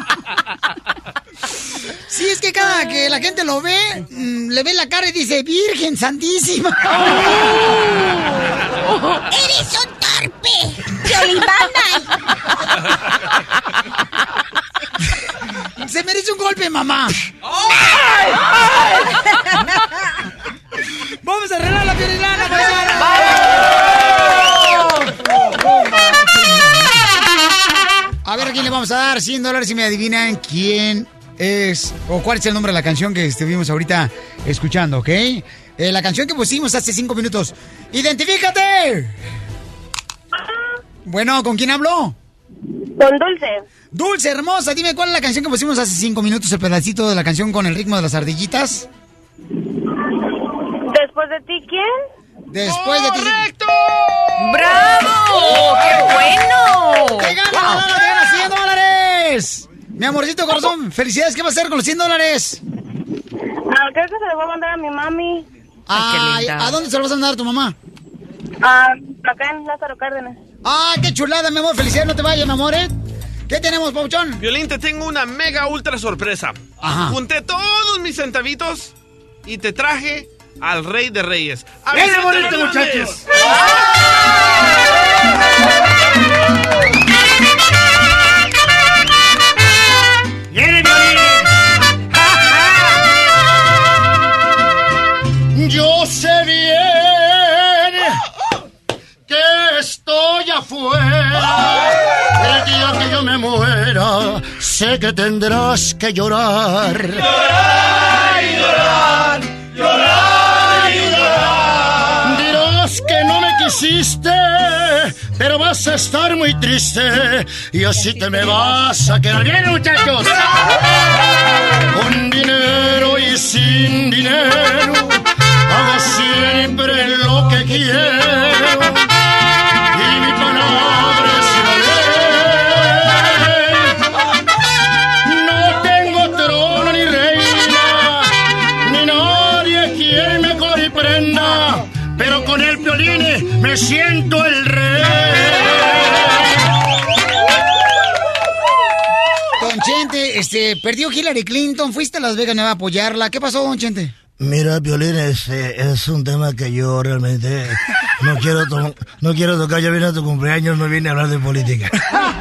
Sí, es que cada que la gente lo ve, mmm, le ve la cara y dice, Virgen Santísima. Oh. ¡Eres un torpe! ¡Piolín Se merece un golpe, mamá. ¡Ay! ¡Ay! ¡Vamos a arreglar la Piolilana, A ver a quién le vamos a dar cien dólares si me adivinan quién es o cuál es el nombre de la canción que estuvimos ahorita escuchando, ¿ok? Eh, la canción que pusimos hace cinco minutos. ¡Identifícate! Bueno, ¿con quién habló? Con Dulce. Dulce, hermosa, dime cuál es la canción que pusimos hace cinco minutos, el pedacito de la canción con el ritmo de las ardillitas. ¿Después de ti quién? Después de ti. ¡Correcto! ¡Bravo! ¡Qué bueno! ¡Te gana, wow. Te gana cien dólares! Mi amorcito corazón, felicidades, ¿qué va a hacer con los cien dólares? Ah, creo que se lo voy a mandar a mi mami. Ay, ¿a dónde se lo vas a mandar a tu mamá? Ah, acá en Lázaro Cárdenas. ¡Ah, qué chulada, mi amor! Felicidades, no te vayas, mi amor, ¿eh? ¿Qué tenemos, Pauchón? Violín, te tengo una mega ultra sorpresa. Ajá. Junté todos mis centavitos y te traje al Rey de Reyes. ¡Viene bonito, muchachos! ¡Viene, Violín! Yo sé bien que estoy afuera. El día que yo me muera, sé que tendrás que llorar. Llorar y llorar, llorar y llorar. Dirás que no me quisiste, pero vas a estar muy triste y así te me vas a quedar. ¡Bien, muchachos! Con dinero y sin dinero, hago siempre lo que quiero y mi palabra es la ley. No tengo trono ni reina, ni nadie quien me comprenda, pero con el Piolín me siento el rey. Don Chente, este, perdió Hillary Clinton, fuiste a Las Vegas, no iba a apoyarla. ¿Qué pasó, don Chente? Mira, Piolín, este, es un tema que yo realmente no quiero, to- no quiero tocar. Yo vine a tu cumpleaños, no vine a hablar de política.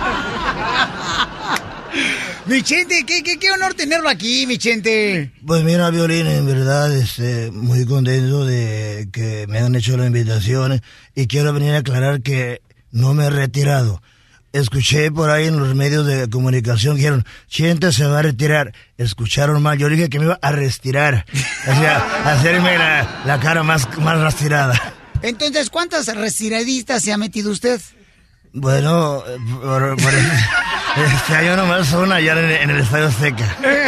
Mi Chente, qué, qué, qué honor tenerlo aquí, mi Chente. Pues mira, Piolín, en verdad, este, muy contento de que me han hecho la invitación y quiero venir a aclarar que no me he retirado. Escuché por ahí en los medios de comunicación que dijeron, Chente se va a retirar. Escucharon mal, yo dije que me iba a restirar. O sea, hacerme la, la cara más, más rastirada. Entonces, ¿cuántas retiradistas se ha metido usted? Bueno, por, por este año nomás una allá en, en el Estadio Azteca.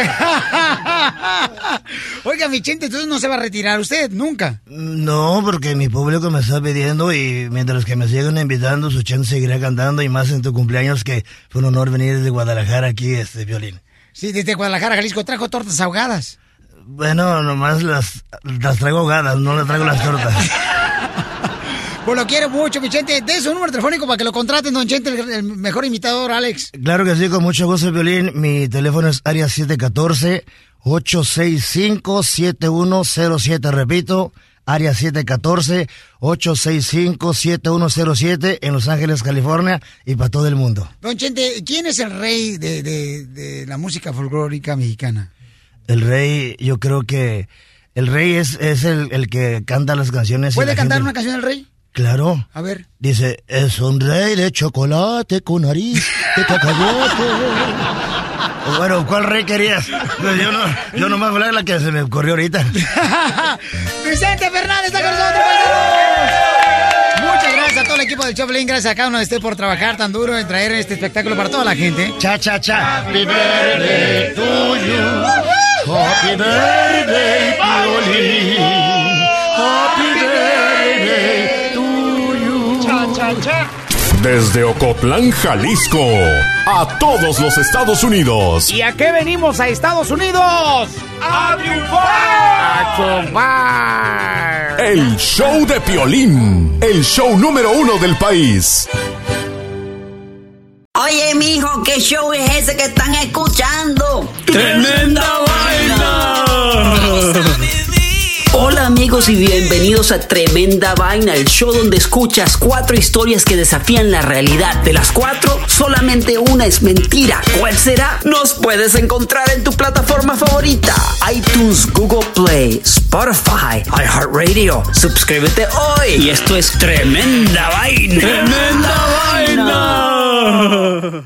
Oiga, mi Chente, entonces no se va a retirar usted, nunca. No, porque mi público me está pidiendo y mientras que me siguen invitando, su Chente seguirá cantando y más en tu cumpleaños, que fue un honor venir desde Guadalajara aquí, este Violín. Sí, desde Guadalajara, Jalisco, trajo tortas ahogadas. Bueno, nomás las, las traigo ahogadas, no le traigo las tortas. Pues lo quiero mucho, mi Chente. De su número telefónico para que lo contraten, don Chente, el, el mejor imitador, Alex. Claro que sí, con mucho gusto, Violín. Mi teléfono es área siete uno cuatro, ocho seis cinco, siete uno cero siete. Repito, área siete uno cuatro, ocho seis cinco, siete uno cero siete en Los Ángeles, California, y para todo el mundo. Don Chente, ¿quién es el rey de, de, de la música folclórica mexicana? El rey, yo creo que el rey es, es el, el que canta las canciones. ¿Puede cantar gente... una canción del rey? Claro. A ver. Dice, es un rey de chocolate con nariz de cacahuate. Bueno, ¿cuál rey querías? Pues yo no, yo nomás voy a la que se me ocurrió ahorita. Vicente Fernández está con nosotros, paisanos. Muchas gracias a todo el equipo del Choplin, gracias a cada uno de ustedes por trabajar tan duro en traer este espectáculo para toda la gente. Cha, cha, cha. Happy birthday to you. Happy birthday, Piolín. Happy birthday to you. Cha, cha, cha. Desde Ocotlán, Jalisco, a todos los Estados Unidos. ¿Y a qué venimos a Estados Unidos? ¡A triunfar! ¡A triunfar! El show de Piolín, el show número uno del país. Oye, mijo, ¿qué show es ese que están escuchando? ¡Tremenda Vaina! Hola amigos y bienvenidos a Tremenda Vaina, el show donde escuchas cuatro historias que desafían la realidad. De las cuatro, solamente una es mentira. ¿Cuál será? Nos puedes encontrar en tu plataforma favorita: iTunes, Google Play, Spotify, iHeartRadio. Suscríbete hoy. Y esto es Tremenda Vaina. ¡Tremenda Vaina!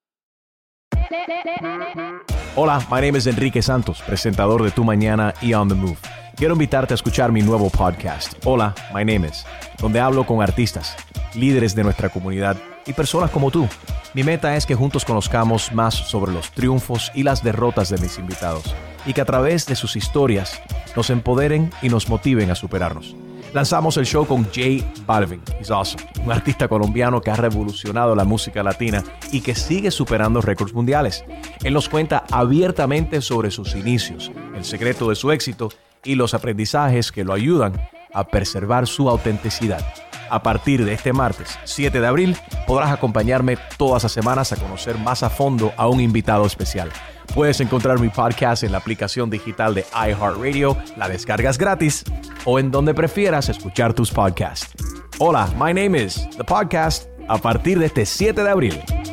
Hola, my name is Enrique Santos, presentador de Tu Mañana y On The Move. Quiero invitarte a escuchar mi nuevo podcast, Hola, my name is, donde hablo con artistas, líderes de nuestra comunidad y personas como tú. Mi meta es que juntos conozcamos más sobre los triunfos y las derrotas de mis invitados y que a través de sus historias nos empoderen y nos motiven a superarnos. Lanzamos el show con J Balvin, he's awesome, un artista colombiano que ha revolucionado la música latina y que sigue superando récords mundiales. Él nos cuenta abiertamente sobre sus inicios, el secreto de su éxito y los aprendizajes que lo ayudan a preservar su autenticidad. A partir de este martes, siete de abril, podrás acompañarme todas las semanas a conocer más a fondo a un invitado especial. Puedes encontrar mi podcast en la aplicación digital de iHeartRadio, la descargas gratis, o en donde prefieras escuchar tus podcasts. Hola, my name is The Podcast, a partir de este siete de abril.